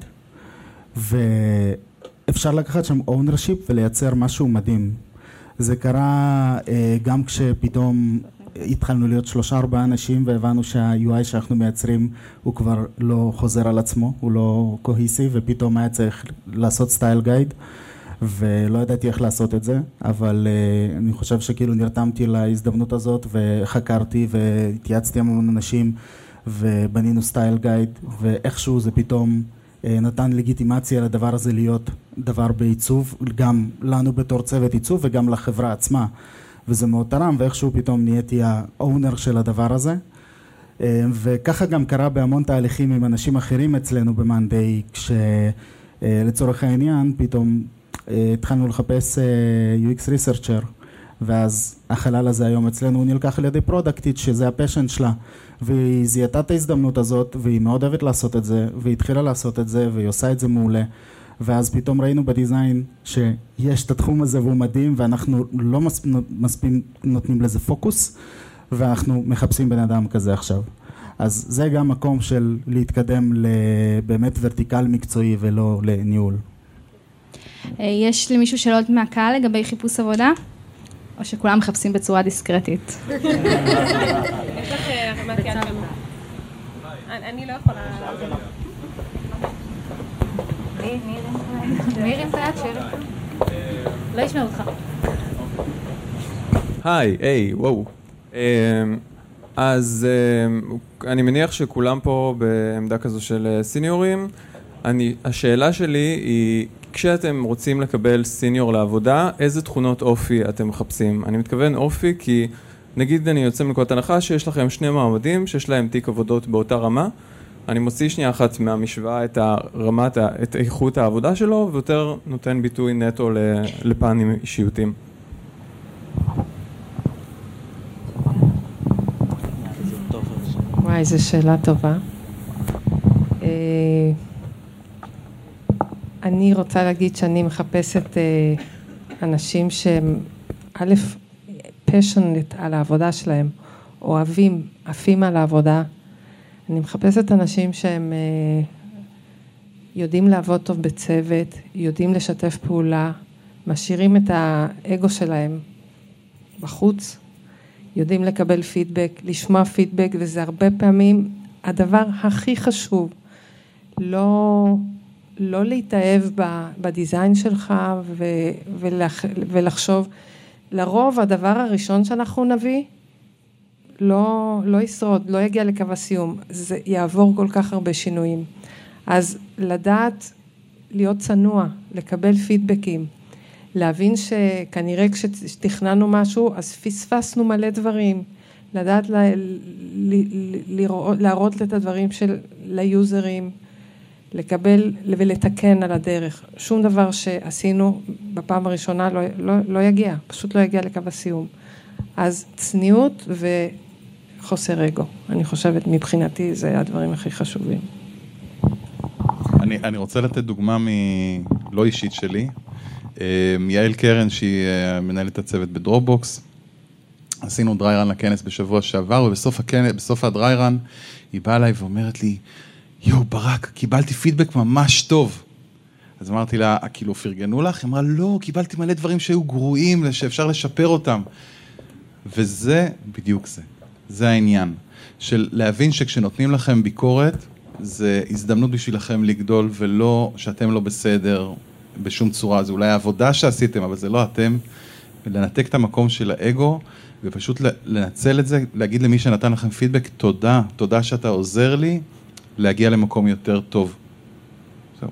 ואפשר לקחת שם ownership ולייצר משהו מדהים. זה קרה גם כשפתאום התחלנו להיות 3-4 אנשים והבנו שה-UI שאנחנו מייצרים הוא כבר לא חוזר על עצמו, הוא לא קוהיסיב, ופתאום היה צריך לעשות סטייל גייד, ולא ידעתי איך לעשות את זה, אבל אני חושב שכאילו נרתמתי להזדמנות הזאת וחקרתי והתייעצתי עם אנשים ובנינו סטייל גייד, ואיכשהו זה פתאום נתן לגיטימציה לדבר הזה להיות דבר בעיצוב, גם לנו בתור צוות עיצוב וגם לחברה עצמה, וזה מאוד תרם, ואיכשהו פתאום נהייתי האונר של הדבר הזה, וככה גם קרה בהמון תהליכים עם אנשים אחרים אצלנו במאנדי, כשלצורך העניין פתאום התחלנו לחפש UX Researcher, ואז החלל הזה היום אצלנו הוא נלקח על ידי פרודקטית, שזה הפשן שלה, והיא זיהתה את ההזדמנות הזאת, והיא מאוד אוהבת לעשות את זה, והיא התחילה לעשות את זה, והיא עושה את זה מעולה, ואז פתאום ראינו בדיזיין שיש את התחום הזה והוא מדהים, ואנחנו לא מספיק נותנים לזה פוקוס, ואנחנו מחפשים בן אדם כזה עכשיו. אז זה גם מקום של להתקדם לבאמת ורטיקל מקצועי ולא לניהול. יש למישהו שאלות מהקהל לגבי חיפוש עבודה? או שכולם מחפשים בצורה דיסקרטית? יש לך רמת יד שם. אני לא יכולה... מי הרים את היד שלי? לא ישמע אותך. היי, וואו. אז אני מניח שכולם פה בעמדה כזו של סיניורים, השאלה שלי היא, כשאתם רוצים לקבל סיניור לעבודה, איזה תכונות אופי אתם מחפשים? אני מתכוון אופי כי נגיד אני יוצא מנקודת הנחה שיש לכם שני מעמדים שיש להם תיק עבודות באותה רמה, אני מוציא שנייה אחת מהמשוואה את איכות העבודה שלו, ויותר נותן ביטוי נטו לפנים אישיותיים. וואי, זו שאלה טובה. אני רוצה להגיד שאני מחפשת אנשים שהם א', passionate על העבודה שלהם, אוהבים, עפים על העבודה. אני מחפשת אנשים שהם יודעים לעבוד טוב בצוות, יודעים לשתף פעולה, משאירים את האגו שלהם בחוץ, יודעים לקבל פידבק, לשמוע פידבק, וזה הרבה פעמים הדבר הכי חשוב. לא להתאהב בדיזיין שלך ולחשוב. לרוב הדבר הראשון שאנחנו נביא לא ישרוד, לא יגיע לקו הסיום. זה יעבור כל כך הרבה שינויים. אז לדעת להיות צנוע, לקבל פידבקים, להבין שכנראה כשתכננו משהו, אז פספסנו מלא דברים, לדעת להראות את הדברים ליוזרים, לקבל ולתקן על הדרך. שום דבר שעשינו בפעם הראשונה לא יגיע, פשוט לא יגיע לקו הסיום. אז צניעות וחוסר אגו, אני חושבת מבחינתי זה הדברים הכי חשובים. אני רוצה לתת דוגמה לא אישית שלי. יעל קרן שהיא מנהלת הצוות בדרופבוקס, עשינו דריירן לכנס בשבוע שעבר, ובסוף הדריירן היא באה אליי ואומרת לי, יו ברק, קיבלתי פידבק ממש טוב. אז אמרתי לה, כאילו פרגנו לך? היא אמרה, לא, קיבלתי מלא דברים שהיו גרועים, שאפשר לשפר אותם. וזה בדיוק זה. זה העניין. של להבין שכשנותנים לכם ביקורת, זה הזדמנות בשבילכם לגדול, ולא שאתם לא בסדר בשום צורה. זה אולי העבודה שעשיתם, אבל זה לא אתם. לנתק את המקום של האגו, ופשוט לנצל את זה, להגיד למי שנתן לכם פידבק, תודה, תודה שאתה עוזר לי, להגיע למקום יותר טוב. זהו.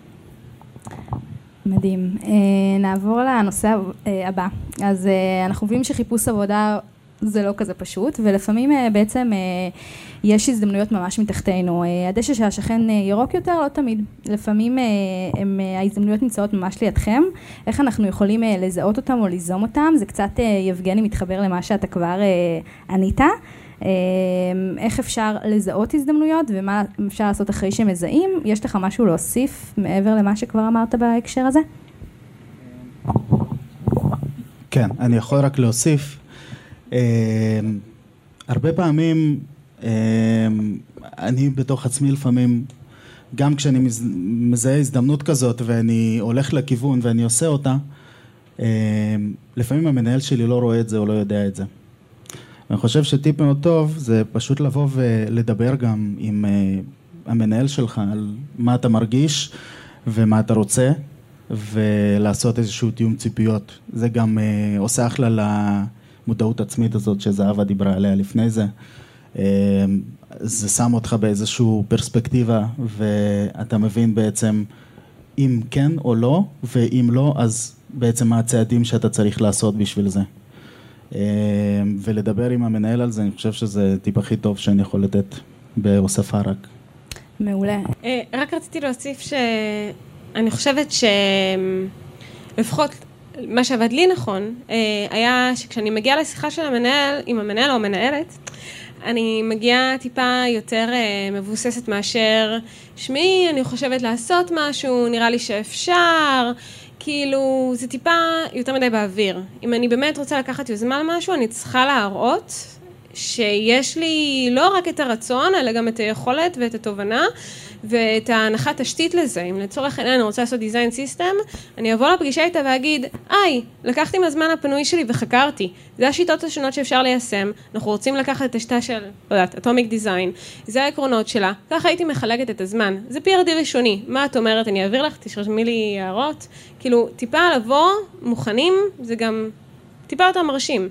מדהים. נעבור לנושא הבא. אז אנחנו מבינים שחיפוש עבודה זה לא כזה פשוט, ולפעמים בעצם יש הזדמנויות ממש מתחתנו. הדשא של השכן ירוק יותר, לא תמיד. לפעמים ההזדמנויות נמצאות ממש לידכם. איך אנחנו יכולים לזהות אותם או ליזום אותם? זה קצת, יבגני, מתחבר למה שאתה כבר ענית. איך אפשר לזהות הזדמנויות ומה אפשר לעשות אחרי שמזהים? יש לך משהו להוסיף מעבר למה שכבר אמרת בהקשר הזה? כן, אני יכול רק להוסיף. הרבה פעמים אני בתוך עצמי לפעמים, גם כשאני מזהה הזדמנות כזאת ואני הולך לכיוון ואני עושה אותה, לפעמים המנהל שלי לא רואה את זה או לא יודע את זה. אני חושב שטיפ מאוד טוב זה פשוט לבוא ולדבר גם עם המנהל שלך על מה אתה מרגיש ומה אתה רוצה, ולעשות איזשהו תיאום ציפיות. זה גם עושה אחלה למודעות עצמית הזאת שזהבה דיברה עליה לפני זה. זה שם אותך באיזשהו פרספקטיבה, ואתה מבין בעצם אם כן או לא, ואם לא, אז בעצם מה הצעדים שאתה צריך לעשות בשביל זה. ולדבר עם המנהל על זה, אני חושב שזה טיפ הכי טוב שאני יכול לתת בהוספה רק. מעולה. רק רציתי להוסיף שאני חושבת שלפחות מה שעבד לי נכון, היה שכשאני מגיעה לשיחה של המנהל, עם המנהל או המנהלת, אני מגיעה טיפה יותר מבוססת מאשר, שמי, אני חושבת לעשות משהו, נראה לי שאפשר, כאילו, זה טיפה יותר מדי באוויר. אם אני באמת רוצה לקחת יוזמה למשהו, אני צריכה להראות שיש לי לא רק את הרצון, אלא גם את היכולת ואת התובנה, ואת ההנחת תשתית לזה. אם לצורך העניין אני רוצה לעשות דיזיין סיסטם, אני אבוא לפגישה איתה ואגיד, לקחתי מהזמן הפנוי שלי וחקרתי. זה השיטות השונות שאפשר ליישם. אנחנו רוצים לקחת את השיטה של, לא יודעת, אטומיק דיזיין. זה העקרונות שלה. ככה הייתי מחלקת את הזמן. זה PRD ראשוני. מה את אומרת? אני אעביר לך, תשרשמי לי הערות. כאילו, טיפה לבוא, מוכנים, זה גם טיפה יותר מרשים.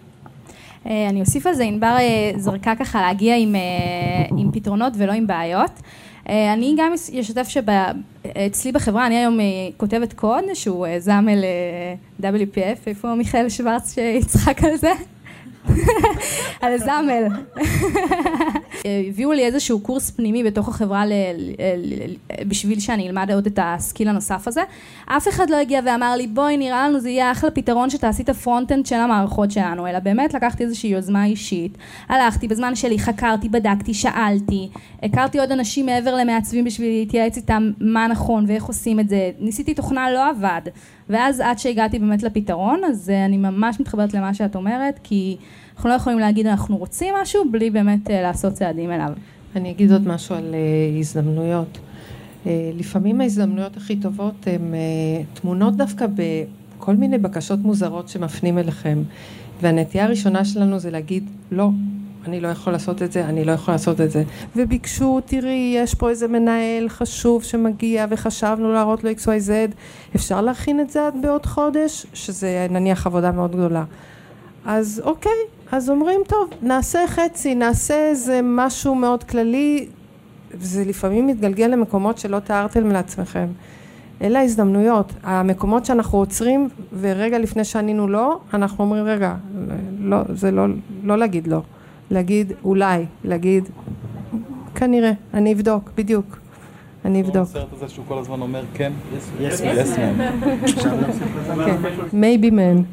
אני אוסיף על זה, ענבר זרקה ככה להגיע עם פתרונות ולא עם בעיות. אני גם אשתף שאצלי בחברה, אני היום כותבת קוד, שהוא זמל WPF, איפה מיכאל שוורץ שיצחק על זה? על זמל. הביאו לי איזשהו קורס פנימי בתוך החברה בשביל שאני אלמד עוד את הסקיל הנוסף הזה. אף אחד לא הגיע ואמר לי, בואי נראה לנו זה יהיה אחלה פתרון שתעשי את הפרונט-אנד של המערכות שלנו, אלא באמת לקחתי איזושהי יוזמה אישית, הלכתי בזמן שלי, חקרתי, בדקתי, שאלתי, הכרתי עוד אנשים מעבר למעצבים בשביל להתייעץ איתם מה נכון ואיך עושים את זה, ניסיתי תוכנה, לא עבד, ואז עד שהגעתי באמת לפתרון, אז אני ממש מתחברת למה שאת אומרת, כי אנחנו לא יכולים להגיד אנחנו רוצים משהו בלי באמת לעשות צעדים אליו. אני אגיד עוד משהו על הזדמנויות. לפעמים ההזדמנויות הכי טובות הן תמונות דווקא בכל מיני בקשות מוזרות שמפנים אליכם. והנטייה הראשונה שלנו זה להגיד, לא, אני לא יכול לעשות את זה, אני לא יכול לעשות את זה. וביקשו, תראי, יש פה איזה מנהל חשוב שמגיע וחשבנו להראות לו XYZ, אפשר להכין את זה עד בעוד חודש, שזה נניח עבודה מאוד גדולה. אז אוקיי, אז אומרים, טוב, נעשה חצי, נעשה איזה משהו מאוד כללי, וזה לפעמים מתגלגל למקומות שלא תיארתם לעצמכם. אלה ההזדמנויות, המקומות שאנחנו עוצרים, ורגע לפני שענינו לא, אנחנו אומרים, רגע, לא, זה לא להגיד לא, להגיד אולי, להגיד, כנראה, אני אבדוק, בדיוק, אני אבדוק. הסרט הזה שהוא כל הזמן אומר, כן, yes man. כן, maybe man.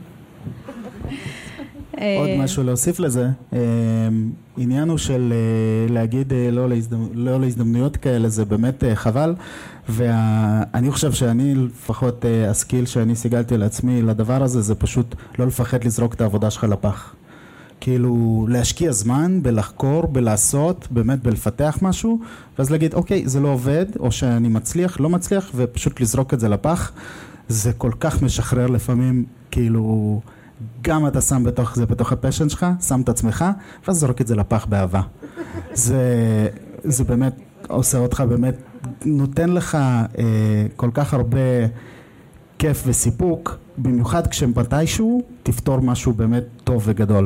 עוד משהו להוסיף לזה, עניין הוא של להגיד לא להזדמנויות כאלה, זה באמת חבל, ואני חושב שאני לפחות הסקיל שאני סיגלתי לעצמי לדבר הזה, זה פשוט לא לפחד לזרוק את העבודה שלך לפח. כאילו להשקיע זמן בלחקור, בלעשות, באמת בלפתח משהו, ואז להגיד אוקיי, זה לא עובד, או שאני מצליח, לא מצליח, ופשוט לזרוק את זה לפח. זה כל כך משחרר לפעמים, כאילו גם אתה שם בתוך זה, בתוך הפשן שלך, שם את עצמך, ואז זורק את זה לפח באהבה. זה באמת עושה אותך, באמת נותן לך כל כך הרבה כיף וסיפוק, במיוחד כשמתישהו תפתור משהו באמת טוב וגדול.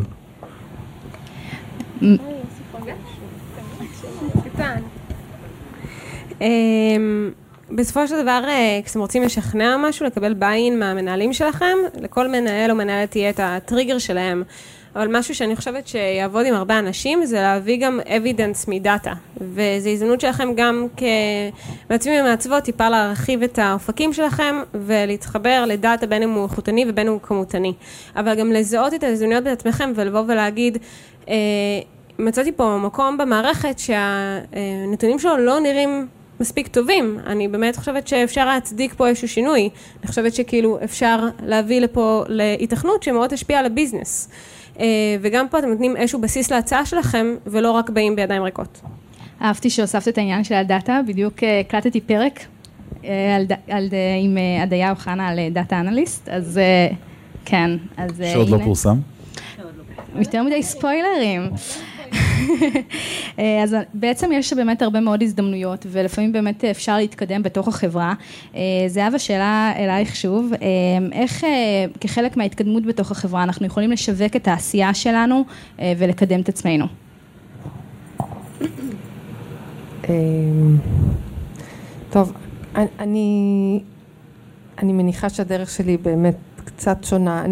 בסופו של דבר, כשאתם רוצים לשכנע משהו, לקבל ביין מהמנהלים שלכם, לכל מנהל או מנהלת תהיה את הטריגר שלהם. אבל משהו שאני חושבת שיעבוד עם הרבה אנשים, זה להביא גם evidence מדאטה. וזו הזדמנות שלכם גם כמעצבים ומעצבות, טיפה להרחיב את האופקים שלכם, ולהתחבר לדאטה בין אם הוא איכותני ובין אם הוא כמותני. אבל גם לזהות את ההזדמנויות בעצמכם, ולבוא ולהגיד, מצאתי פה מקום במערכת שהנתונים שלו לא נראים מספיק טובים. אני באמת חושבת שאפשר להצדיק פה איזשהו שינוי. אני חושבת שכאילו אפשר להביא לפה להתכנות שמאוד תשפיע על הביזנס. וגם פה אתם נותנים איזשהו בסיס להצעה שלכם, ולא רק באים בידיים ריקות. אהבתי שהוספת את העניין של הדאטה, בדיוק הקלטתי פרק עם אדיה אוחנה על דאטה אנליסט, אז כן. שעוד לא פורסם? יותר מדי ספוילרים. אז בעצם יש באמת הרבה מאוד הזדמנויות, ולפעמים באמת אפשר להתקדם בתוך החברה. זהבה, שאלה אלייך שוב, איך כחלק מההתקדמות בתוך החברה אנחנו יכולים לשווק את העשייה שלנו ולקדם את עצמנו? טוב, אני מניחה שהדרך שלי באמת קצת שונה.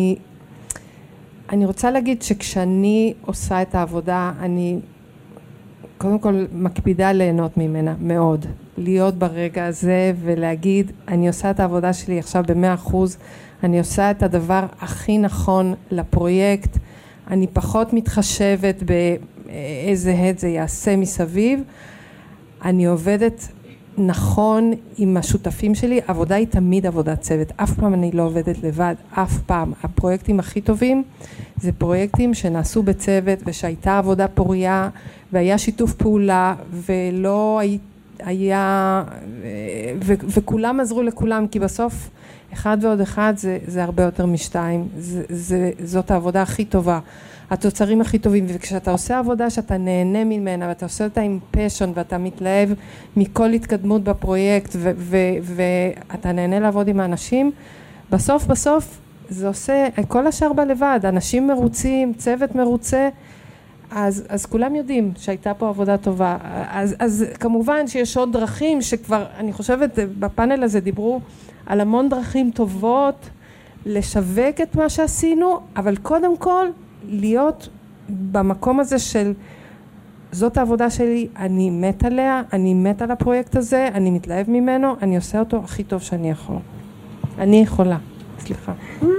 אני רוצה להגיד שכשאני עושה את העבודה, אני קודם כל מקפידה ליהנות ממנה מאוד. להיות ברגע הזה ולהגיד, אני עושה את העבודה שלי עכשיו ב100%, אני עושה את הדבר הכי נכון לפרויקט, אני פחות מתחשבת באיזה הד זה יעשה מסביב, אני עובדת נכון עם השותפים שלי, עבודה היא תמיד עבודת צוות, אף פעם אני לא עובדת לבד, אף פעם. הפרויקטים הכי טובים זה פרויקטים שנעשו בצוות ושהייתה עבודה פוריה והיה שיתוף פעולה ולא היה, וכולם עזרו לכולם, כי בסוף אחד ועוד אחד זה הרבה יותר משתיים, זאת העבודה הכי טובה. התוצרים הכי טובים, וכשאתה עושה עבודה שאתה נהנה ממנה, ואתה עושה אותה עם פשון, ואתה מתלהב מכל התקדמות בפרויקט, ואתה נהנה לעבוד עם האנשים, בסוף זה עושה כל השאר בלבד, אנשים מרוצים, צוות מרוצה, אז כולם יודעים שהייתה פה עבודה טובה. אז כמובן שיש עוד דרכים שכבר, אני חושבת, בפאנל הזה דיברו על המון דרכים טובות לשווק את מה שעשינו, אבל קודם כל להיות במקום הזה של זאת העבודה שלי, אני מת עליה, אני מת על הפרויקט הזה, אני מתלהב ממנו, אני עושה אותו הכי טוב שאני יכול. אני יכולה, סליחה.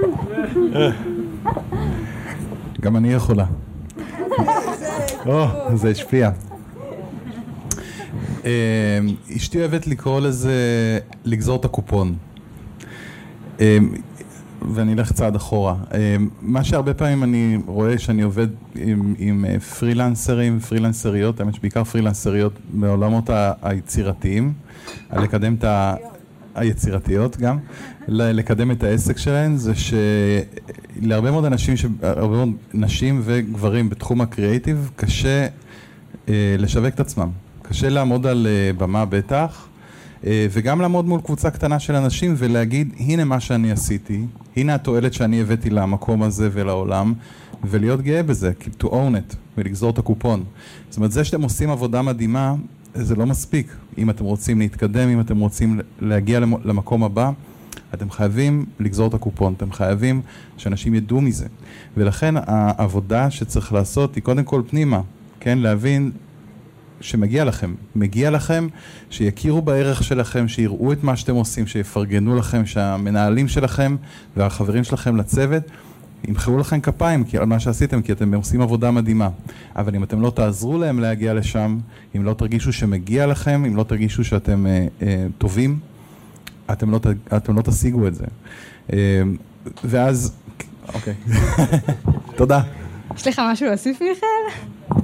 גם אני יכולה. זה השפיע. אשתי אוהבת לקרוא לזה לגזור את הקופון. ואני אלך צעד אחורה. מה שהרבה פעמים אני רואה שאני עובד עם פרילנסרים, פרילנסריות, האמת שבעיקר פרילנסריות מעולמות היצירתיים, לקדם את היצירתיות גם, לקדם את העסק שלהן, זה שלהרבה מאוד אנשים, הרבה מאוד נשים וגברים בתחום הקריאייטיב, קשה לשווק את עצמם. קשה לעמוד על במה בטח, וגם לעמוד מול קבוצה קטנה של אנשים ולהגיד, הנה מה שאני עשיתי, הנה התועלת שאני הבאתי למקום הזה ולעולם, ולהיות גאה בזה, to own it, ולגזור את הקופון. זאת אומרת, זה שאתם עושים עבודה מדהימה, זה לא מספיק. אם אתם רוצים להתקדם, אם אתם רוצים להגיע למקום הבא, אתם חייבים לגזור את הקופון, אתם חייבים שאנשים ידעו מזה. ולכן העבודה שצריך לעשות היא קודם כל פנימה, כן? להבין שמגיע לכם, מגיע לכם, שיכירו בערך שלכם, שיראו את מה שאתם עושים, שיפרגנו לכם, שהמנהלים שלכם והחברים שלכם לצוות, ימחאו לכם כפיים על מה שעשיתם, כי אתם עושים עבודה מדהימה. אבל אם אתם לא תעזרו להם להגיע לשם, אם לא תרגישו שמגיע לכם, אם לא תרגישו שאתם טובים, אתם לא תשיגו את זה. ואז, אוקיי. תודה. יש לך משהו להוסיף, מיכאל?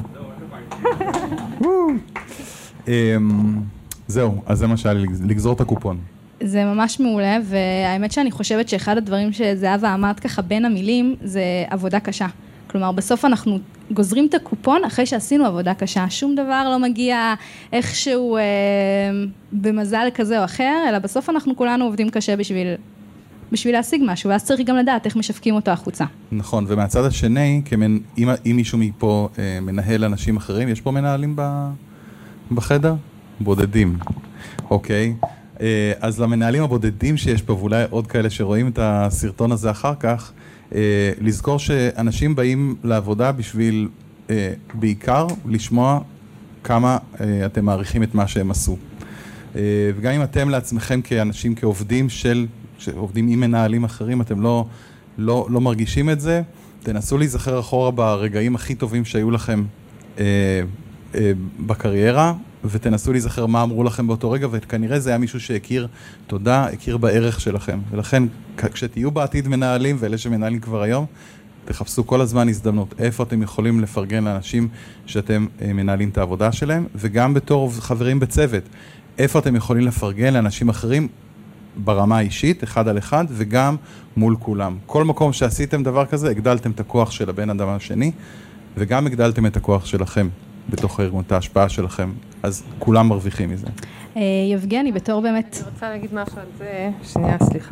זהו, אז זה מה שהיה לי, לגזור את הקופון. זה ממש מעולה, והאמת שאני חושבת שאחד הדברים שזהבה אמרת ככה בין המילים, זה עבודה קשה. כלומר, בסוף אנחנו גוזרים את הקופון אחרי שעשינו עבודה קשה. שום דבר לא מגיע איכשהו במזל כזה או אחר, אלא בסוף אנחנו כולנו עובדים קשה בשביל להשיג משהו, ואז צריך גם לדעת איך משווקים אותו החוצה. נכון, ומהצד השני, אם מישהו מפה מנהל אנשים אחרים, יש פה מנהלים בחדר? בודדים, אוקיי? אז למנהלים הבודדים שיש פה, ואולי עוד כאלה שרואים את הסרטון הזה אחר כך, לזכור שאנשים באים לעבודה בשביל בעיקר לשמוע כמה אתם מעריכים את מה שהם עשו. וגם אם אתם לעצמכם כאנשים, כעובדים שעובדים עם מנהלים אחרים, אתם לא מרגישים את זה, תנסו להיזכר אחורה ברגעים הכי טובים שהיו לכם בקריירה, ותנסו להיזכר מה אמרו לכם באותו רגע, וכנראה זה היה מישהו שהכיר תודה, הכיר בערך שלכם. ולכן, כשתהיו בעתיד מנהלים, ואלה שמנהלים כבר היום, תחפשו כל הזמן הזדמנות, איפה אתם יכולים לפרגן לאנשים שאתם מנהלים את העבודה שלהם, וגם בתור חברים בצוות, איפה אתם יכולים לפרגן לאנשים אחרים, ברמה האישית, אחד על אחד, וגם מול כולם. כל מקום שעשיתם דבר כזה, הגדלתם את הכוח של הבן אדם השני, וגם הגדלתם את הכוח שלכם בתוך הארגון, את ההשפעה שלכם. אז כולם מרוויחים מזה. יבגני, בתור באמת... אני רוצה להגיד משהו על זה, שנייה, סליחה.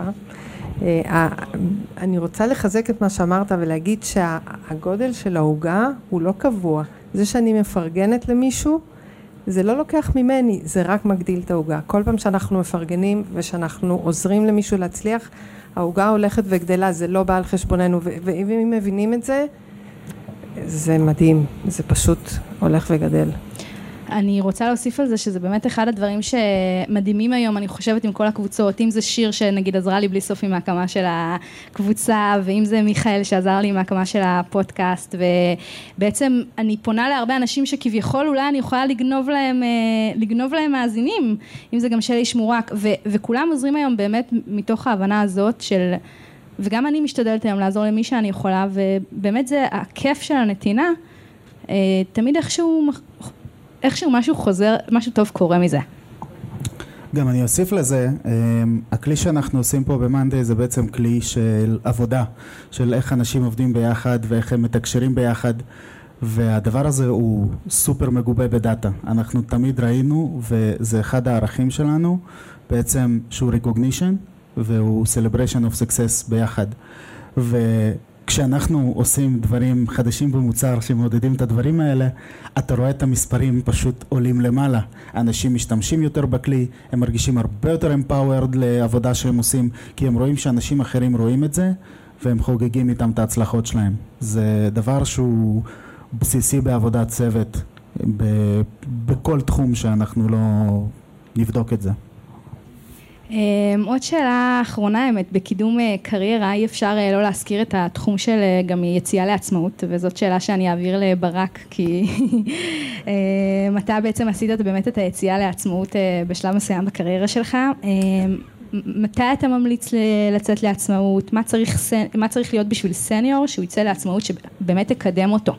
אני רוצה לחזק את מה שאמרת ולהגיד שהגודל של ההוגה הוא לא קבוע. זה שאני מפרגנת למישהו, זה לא לוקח ממני, זה רק מגדיל את ההוגה. כל פעם שאנחנו מפרגנים ושאנחנו עוזרים למישהו להצליח, ההוגה הולכת וגדלה, זה לא בא על חשבוננו, ואם מבינים את זה, זה מדהים, זה פשוט הולך וגדל. אני רוצה להוסיף על זה שזה באמת אחד הדברים שמדהימים היום, אני חושבת עם כל הקבוצות, אם זה שיר שנגיד עזרה לי בלי סוף עם ההקמה של הקבוצה, ואם זה מיכאל שעזר לי עם ההקמה של הפודקאסט, ובעצם אני פונה להרבה אנשים שכביכול אולי אני יכולה לגנוב להם מאזינים, אם זה גם שלי שמורק, וכולם עוזרים היום באמת מתוך ההבנה הזאת של, וגם אני משתדלת היום לעזור למי שאני יכולה, ובאמת זה הכיף של הנתינה, תמיד איכשהו משהו חוזר, משהו טוב קורה מזה. גם אני אוסיף לזה, הכלי שאנחנו עושים פה במאנדיי זה בעצם כלי של עבודה, של איך אנשים עובדים ביחד ואיך הם מתקשרים ביחד, והדבר הזה הוא סופר מגובה בדאטה. אנחנו תמיד ראינו, וזה אחד הערכים שלנו, בעצם שהוא recognition והוא celebration of success ביחד. כשאנחנו עושים דברים חדשים במוצר שמעודדים את הדברים האלה, אתה רואה את המספרים פשוט עולים למעלה. אנשים משתמשים יותר בכלי, הם מרגישים הרבה יותר empowered לעבודה שהם עושים, כי הם רואים שאנשים אחרים רואים את זה, והם חוגגים איתם את ההצלחות שלהם. זה דבר שהוא בסיסי בעבודת צוות, בכל תחום שאנחנו לא נבדוק את זה. עוד שאלה אחרונה, האמת, בקידום קריירה, אי אפשר לא להזכיר את התחום של גם יציאה לעצמאות, וזאת שאלה שאני אעביר לברק, כי אתה בעצם עשית באמת את היציאה לעצמאות בשלב מסוים בקריירה שלך. מתי אתה ממליץ לצאת לעצמאות? מה צריך להיות בשביל סניור שהוא יצא לעצמאות שבאמת תקדם אותו?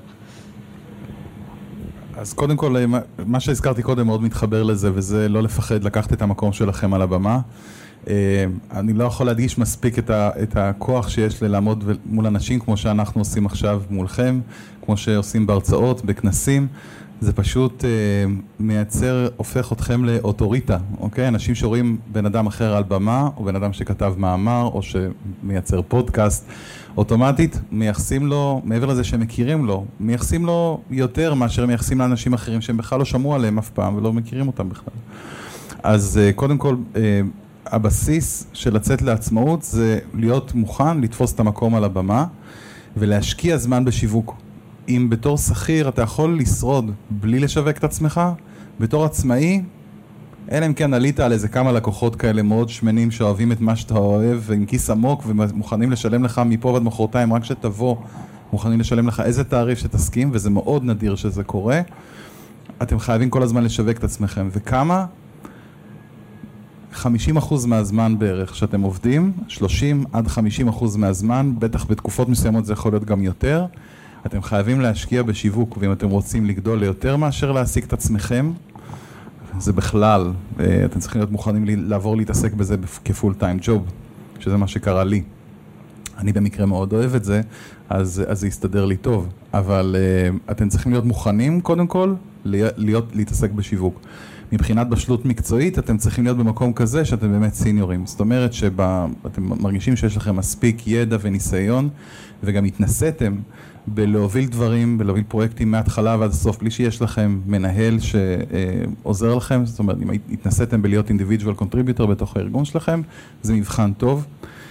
אז קודם כל, מה שהזכרתי קודם מאוד מתחבר לזה, וזה לא לפחד לקחת את המקום שלכם על הבמה. אני לא יכול להדגיש מספיק את הכוח שיש לעמוד מול אנשים, כמו שאנחנו עושים עכשיו מולכם, כמו שעושים בהרצאות, בכנסים. זה פשוט מייצר, הופך אתכם לאוטוריטה, אוקיי? אנשים שרואים בן אדם אחר על במה, או בן אדם שכתב מאמר, או שמייצר פודקאסט, אוטומטית מייחסים לו, מעבר לזה שהם מכירים לו, מייחסים לו יותר מאשר מייחסים לאנשים אחרים שהם בכלל לא שמעו עליהם אף פעם, ולא מכירים אותם בכלל. אז קודם כל, הבסיס של לצאת לעצמאות זה להיות מוכן לתפוס את המקום על הבמה, ולהשקיע זמן בשיווק. אם בתור שכיר אתה יכול לשרוד בלי לשווק את עצמך, בתור עצמאי, אלא אם כן עלית על איזה כמה לקוחות כאלה מאוד שמנים שאוהבים את מה שאתה אוהב, ועם כיס עמוק ומוכנים לשלם לך מפה ועד מחרתיים, רק שתבוא, מוכנים לשלם לך איזה תעריף שתסכים, וזה מאוד נדיר שזה קורה. אתם חייבים כל הזמן לשווק את עצמכם. וכמה? 50% מהזמן בערך שאתם עובדים, 30-50% מהזמן, בטח בתקופות מסוימות זה יכול להיות גם יותר, אתם חייבים להשקיע בשיווק, ואם אתם רוצים לגדול ליותר מאשר להשיג את עצמכם, זה בכלל, אתם צריכים להיות מוכנים לעבור להתעסק בזה כפול טיים ג'וב, שזה מה שקרה לי. אני במקרה מאוד אוהב את זה, אז זה יסתדר לי טוב. אבל אתם צריכים להיות מוכנים, קודם כל, להתעסק בשיווק. מבחינת בשלות מקצועית, אתם צריכים להיות במקום כזה שאתם באמת סיניורים. זאת אומרת שאתם מרגישים שיש לכם מספיק ידע וניסיון, וגם התנסיתם בלהוביל דברים, בלהוביל פרויקטים מההתחלה ועד הסוף, בלי שיש לכם מנהל שעוזר לכם. זאת אומרת, אם התנסיתם בלהיות individual contributor בתוך הארגון שלכם, זה מבחן טוב.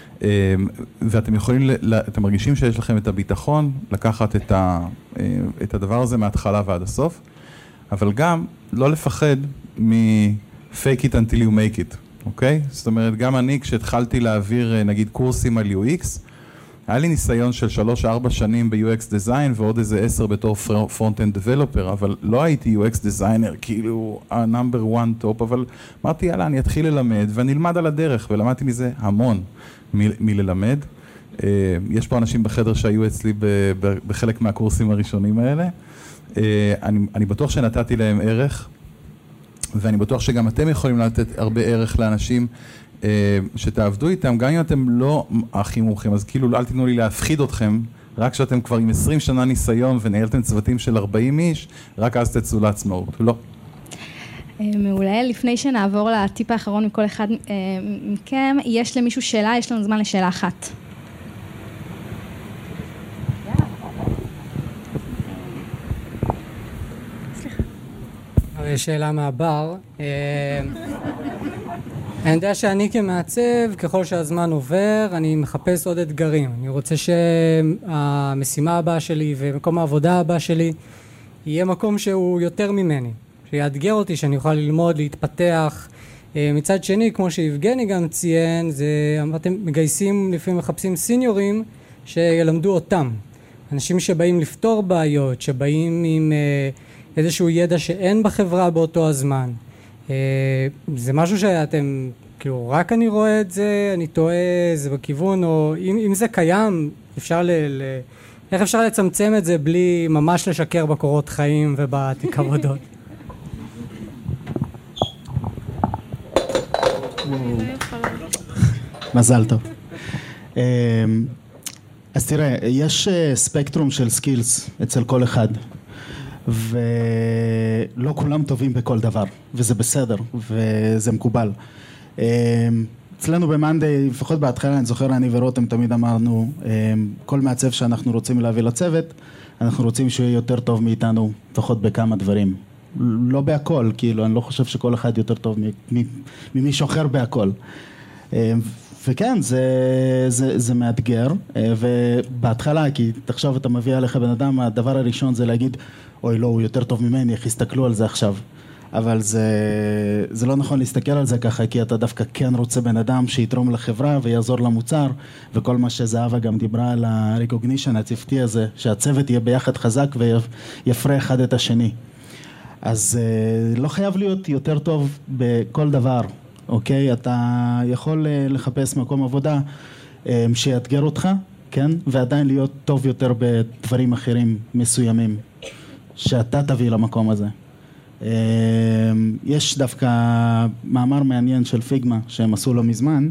ואתם יכולים, אתם מרגישים שיש לכם את הביטחון לקחת את הדבר הזה מההתחלה ועד הסוף, אבל גם לא לפחד מ-fake it until you make it, אוקיי? זאת אומרת, גם אני כשהתחלתי להעביר נגיד קורסים על UX, היה לי ניסיון של 3-4 שנים ב-UX design ועוד איזה 10 בתור front-end developer, אבל לא הייתי UX designer, כאילו ה-number one top, אבל אמרתי, יאללה, אני אתחיל ללמד ואני אלמד על הדרך, ולמדתי מזה המון מללמד. יש פה אנשים בחדר שהיו אצלי בחלק מהקורסים הראשונים האלה. אני בטוח שנתתי להם ערך, ואני בטוח שגם אתם יכולים לתת הרבה ערך לאנשים שתעבדו איתם, גם אם אתם לא הכי מומחים, אז כאילו אל תיתנו לי להפחיד אתכם, רק שאתם כבר עם 20 שנה ניסיון וניהלתם צוותים של 40 איש, רק אז תצאו לעצמאות, לא. מעולה, לפני שנעבור לטיפ האחרון מכל אחד מכם, יש למישהו שאלה, יש לנו זמן לשאלה אחת. שאלה מהבר. אני יודע שאני כמעצב, ככל שהזמן עובר, אני מחפש עוד אתגרים. אני רוצה שהמשימה הבאה שלי ומקום העבודה הבאה שלי יהיה מקום שהוא יותר ממני, שיאתגר אותי, שאני אוכל ללמוד, להתפתח. מצד שני, כמו שיבגני גם ציין, אתם מגייסים, לפעמים מחפשים סיניורים שילמדו אותם. אנשים שבאים לפתור בעיות, שבאים עם איזשהו ידע שאין בחברה באותו הזמן. זה משהו שאתם, כאילו, רק אני רואה את זה, אני טועה, זה בכיוון, או אם זה קיים, איך אפשר לצמצם את זה בלי ממש לשקר בקורות חיים ובתיק עבודות? מזל טוב. אז תראה, יש ספקטרום של סקילס אצל כל אחד. ולא כולם טובים בכל דבר, וזה בסדר, וזה מקובל. אצלנו במאנדיי, לפחות בהתחלה, אני זוכר, אני ורותם תמיד אמרנו, כל מעצב שאנחנו רוצים להביא לצוות, אנחנו רוצים שהוא יהיה יותר טוב מאיתנו, לפחות בכמה דברים. לא בהכל, כאילו, אני לא חושב שכל אחד יותר טוב ממישהו אחר בהכל. וכן, זה מאתגר, ובהתחלה, כי תחשוב, אתה מביא עליך בן אדם, הדבר הראשון זה להגיד, אוי לא, הוא יותר טוב ממני, איך יסתכלו על זה עכשיו. אבל זה לא נכון להסתכל על זה ככה, כי אתה דווקא כן רוצה בן אדם שיתרום לחברה ויעזור למוצר, וכל מה שזהבה גם דיברה על הרקוגנישן הצוותי הזה, שהצוות יהיה ביחד חזק ויפרה אחד את השני. אז לא חייב להיות יותר טוב בכל דבר, אוקיי? אתה יכול לחפש מקום עבודה שיאתגר אותך, כן? ועדיין להיות טוב יותר בדברים אחרים מסוימים, שאתה תביא למקום הזה. יש דווקא מאמר מעניין של פיגמה שהם עשו לא מזמן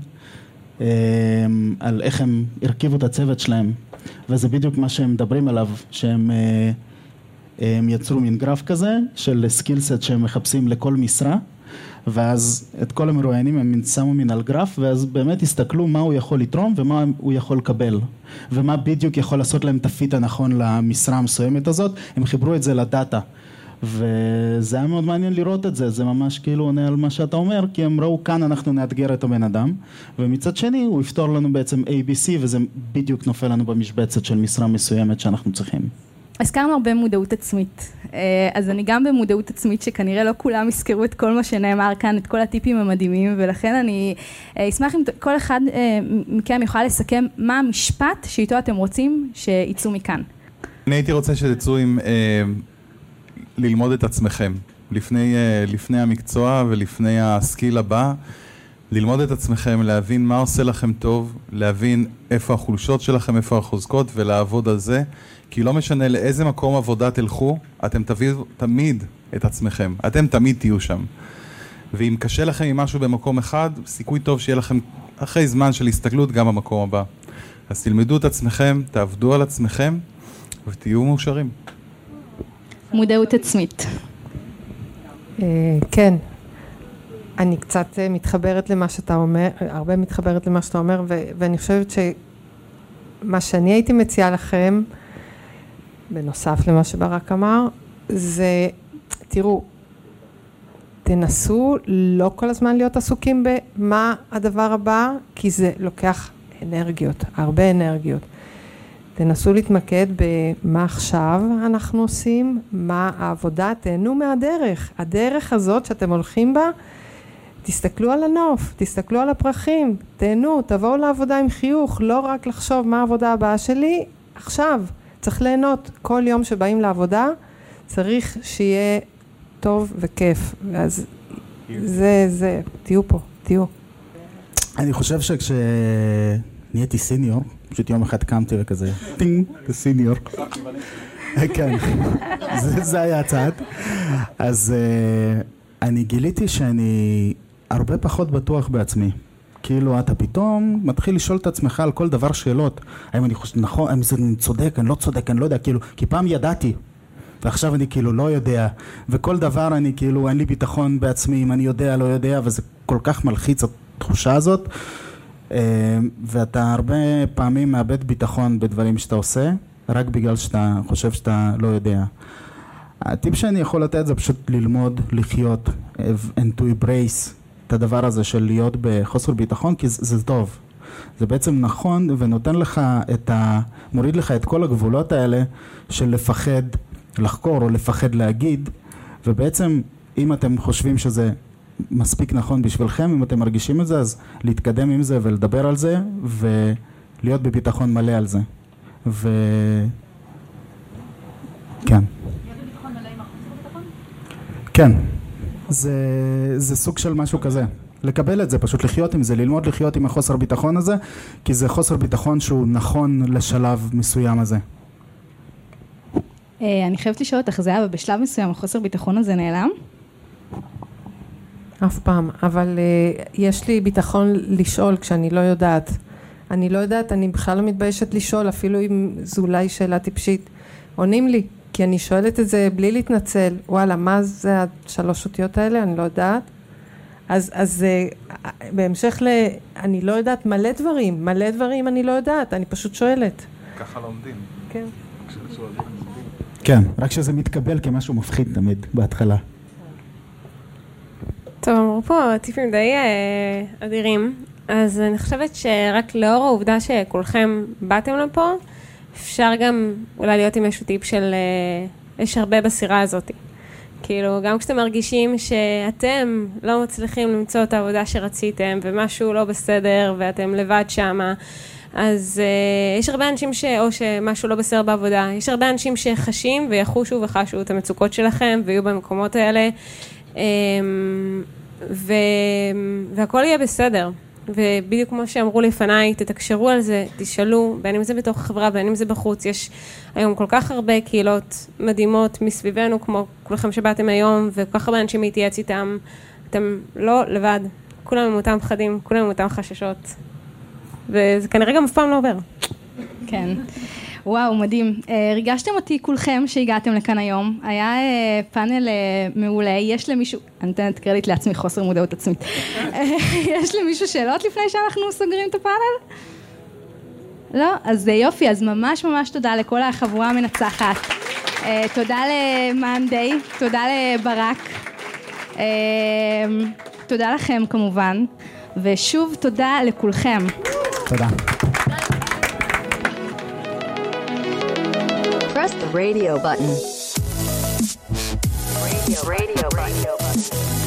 על איך הם הרכיבו את הצוות שלהם, וזה בדיוק מה שהם מדברים עליו, שהם יצרו מין גרף כזה של סקילסט שהם מחפשים לכל משרה, ואז את כל המרואיינים הם שמו מן על גרף, ואז באמת הסתכלו מה הוא יכול לתרום ומה הוא יכול לקבל, ומה בדיוק יכול לעשות להם את הפיט הנכון למשרה המסוימת הזאת. הם חיברו את זה לדאטה, וזה היה מאוד מעניין לראות את זה. זה ממש כאילו עונה על מה שאתה אומר, כי הם ראו כאן אנחנו נאתגר את הבן אדם, ומצד שני הוא יפתור לנו בעצם ABC, וזה בדיוק נופל לנו במשבצת של משרה מסוימת שאנחנו צריכים. הזכרנו הרבה מודעות עצמית, אז אני גם במודעות עצמית שכנראה לא כולם יזכרו את כל מה שנאמר כאן, את כל הטיפים המדהימים, ולכן אני אשמח אם כל אחד מכם יוכל לסכם מה המשפט שאיתו אתם רוצים שיצאו מכאן. אני הייתי רוצה שתצאו עם ללמוד את עצמכם, לפני המקצוע ולפני הסקיל הבא, ללמוד את עצמכם, להבין מה עושה לכם טוב, להבין איפה החולשות שלכם, איפה החוזקות, ולעבוד על זה, כי לא משנה לאיזה מקום עבודה תלכו, אתם תביאו תמיד את עצמכם, אתם תמיד תהיו שם. ואם קשה לכם עם משהו במקום אחד, סיכוי טוב שיהיה לכם אחרי זמן של הסתכלות גם במקום הבא. אז תלמדו את עצמכם, תעבדו על עצמכם, ותהיו מאושרים. מודעות עצמית. כן. אני קצת מתחברת למה שאתה אומר, הרבה מתחברת למה שאתה אומר, ואני חושבת שמה שאני הייתי מציעה לכם, בנוסף למה שברק אמר, זה, תראו, תנסו לא כל הזמן להיות עסוקים במה הדבר הבא, כי זה לוקח אנרגיות, הרבה אנרגיות. תנסו להתמקד במה עכשיו אנחנו עושים, מה העבודה, תהנו מהדרך. הדרך הזאת שאתם הולכים בה, תסתכלו על הנוף, תסתכלו על הפרחים, תהנו, תבואו לעבודה עם חיוך, לא רק לחשוב מה העבודה הבאה שלי, עכשיו. צריך ליהנות. כל יום שבאים לעבודה, צריך שיהיה טוב וכיף. אז זה, תהיו פה, תהיו. אני חושב שכשנהייתי סיניור, פשוט יום אחד קמתי וכזה, טינג, סיניור. כן, זה היה הצעד. אז אני גיליתי שאני הרבה פחות בטוח בעצמי. כאילו אתה פתאום מתחיל לשאול את עצמך על כל דבר שאלות. האם אני חושב, נכון, האם זה צודק, אני לא צודק, אני לא יודע, כאילו, כי פעם ידעתי, ועכשיו אני כאילו לא יודע, וכל דבר אני כאילו, אין לי ביטחון בעצמי, אם אני יודע, לא יודע, וזה כל כך מלחיץ התחושה הזאת, ואתה הרבה פעמים מאבד ביטחון בדברים שאתה עושה, רק בגלל שאתה חושב שאתה לא יודע. הטיפ שאני יכול לתת זה פשוט ללמוד, לחיות, and to embrace את הדבר הזה של להיות בחוסר ביטחון, כי זה טוב. זה בעצם נכון ונותן לך מוריד לך את כל הגבולות האלה של לפחד לחקור או לפחד להגיד, ובעצם אם אתם חושבים שזה מספיק נכון בשבילכם, אם אתם מרגישים את זה, אז להתקדם עם זה ולדבר על זה ולהיות בביטחון מלא על זה. כן. כן. זה סוג של משהו כזה. לקבל את זה, פשוט לחיות עם זה, ללמוד לחיות עם החוסר ביטחון הזה, כי זה חוסר ביטחון שהוא נכון לשלב מסוים הזה. אני חייבת לשאול אותך, זה היה בשלב מסוים, החוסר ביטחון הזה נעלם? אף פעם, אבל יש לי ביטחון לשאול כשאני לא יודעת. אני לא יודעת, אני בכלל לא מתביישת לשאול, אפילו אם זו אולי שאלה טיפשית. עונים לי, כי אני שואלת את זה בלי להתנצל. וואלה, מה זה 3 אותיות האלה? אני לא יודעת. אז בהמשך אני לא יודעת מלא דברים אני לא יודעת, אני פשוט שואלת. ככה לומדים. כן. כן, רק שזה מתקבל כמשהו מפחיד תמיד, בהתחלה. טוב, אמרו פה טיפים די אדירים, אז אני חושבת שרק לאור העובדה שכולכם באתם לפה, אפשר גם אולי להיות עם איזשהו טיפ של, יש הרבה בסירה הזאת. כאילו, גם כשאתם מרגישים שאתם לא מצליחים למצוא את העבודה שרציתם, ומשהו לא בסדר, ואתם לבד שמה, אז יש הרבה אנשים או שמשהו לא בסדר בעבודה, יש הרבה אנשים שחשים ויחושו וחשו את המצוקות שלכם, ויהיו במקומות האלה, והכל יהיה בסדר. ובדיוק כמו שאמרו לפניי, תתקשרו על זה, תשאלו, בין אם זה בתוך החברה, בין אם זה בחוץ. יש היום כל כך הרבה קהילות מדהימות מסביבנו, כמו כולכם שבאתם היום, וכל כך הרבה אנשים להתייעץ איתם. אתם לא לבד, כולם עם אותם פחדים, כולם עם אותם חששות. וזה כנראה גם אף פעם לא עובר. כן. וואו, מדהים. ריגשתם אותי כולכם שהגעתם לכאן היום. היה פאנל מעולה. יש למישהו, אני נותנת קרדיט לעצמי, חוסר מודעות עצמית. יש למישהו שאלות לפני שאנחנו סוגרים את הפאנל? לא? אז יופי, אז ממש ממש תודה לכל החבורה המנצחת. תודה למאנדיי, תודה לברק. תודה לכם כמובן. ושוב תודה לכולכם. תודה. Press the radio button. Radio button.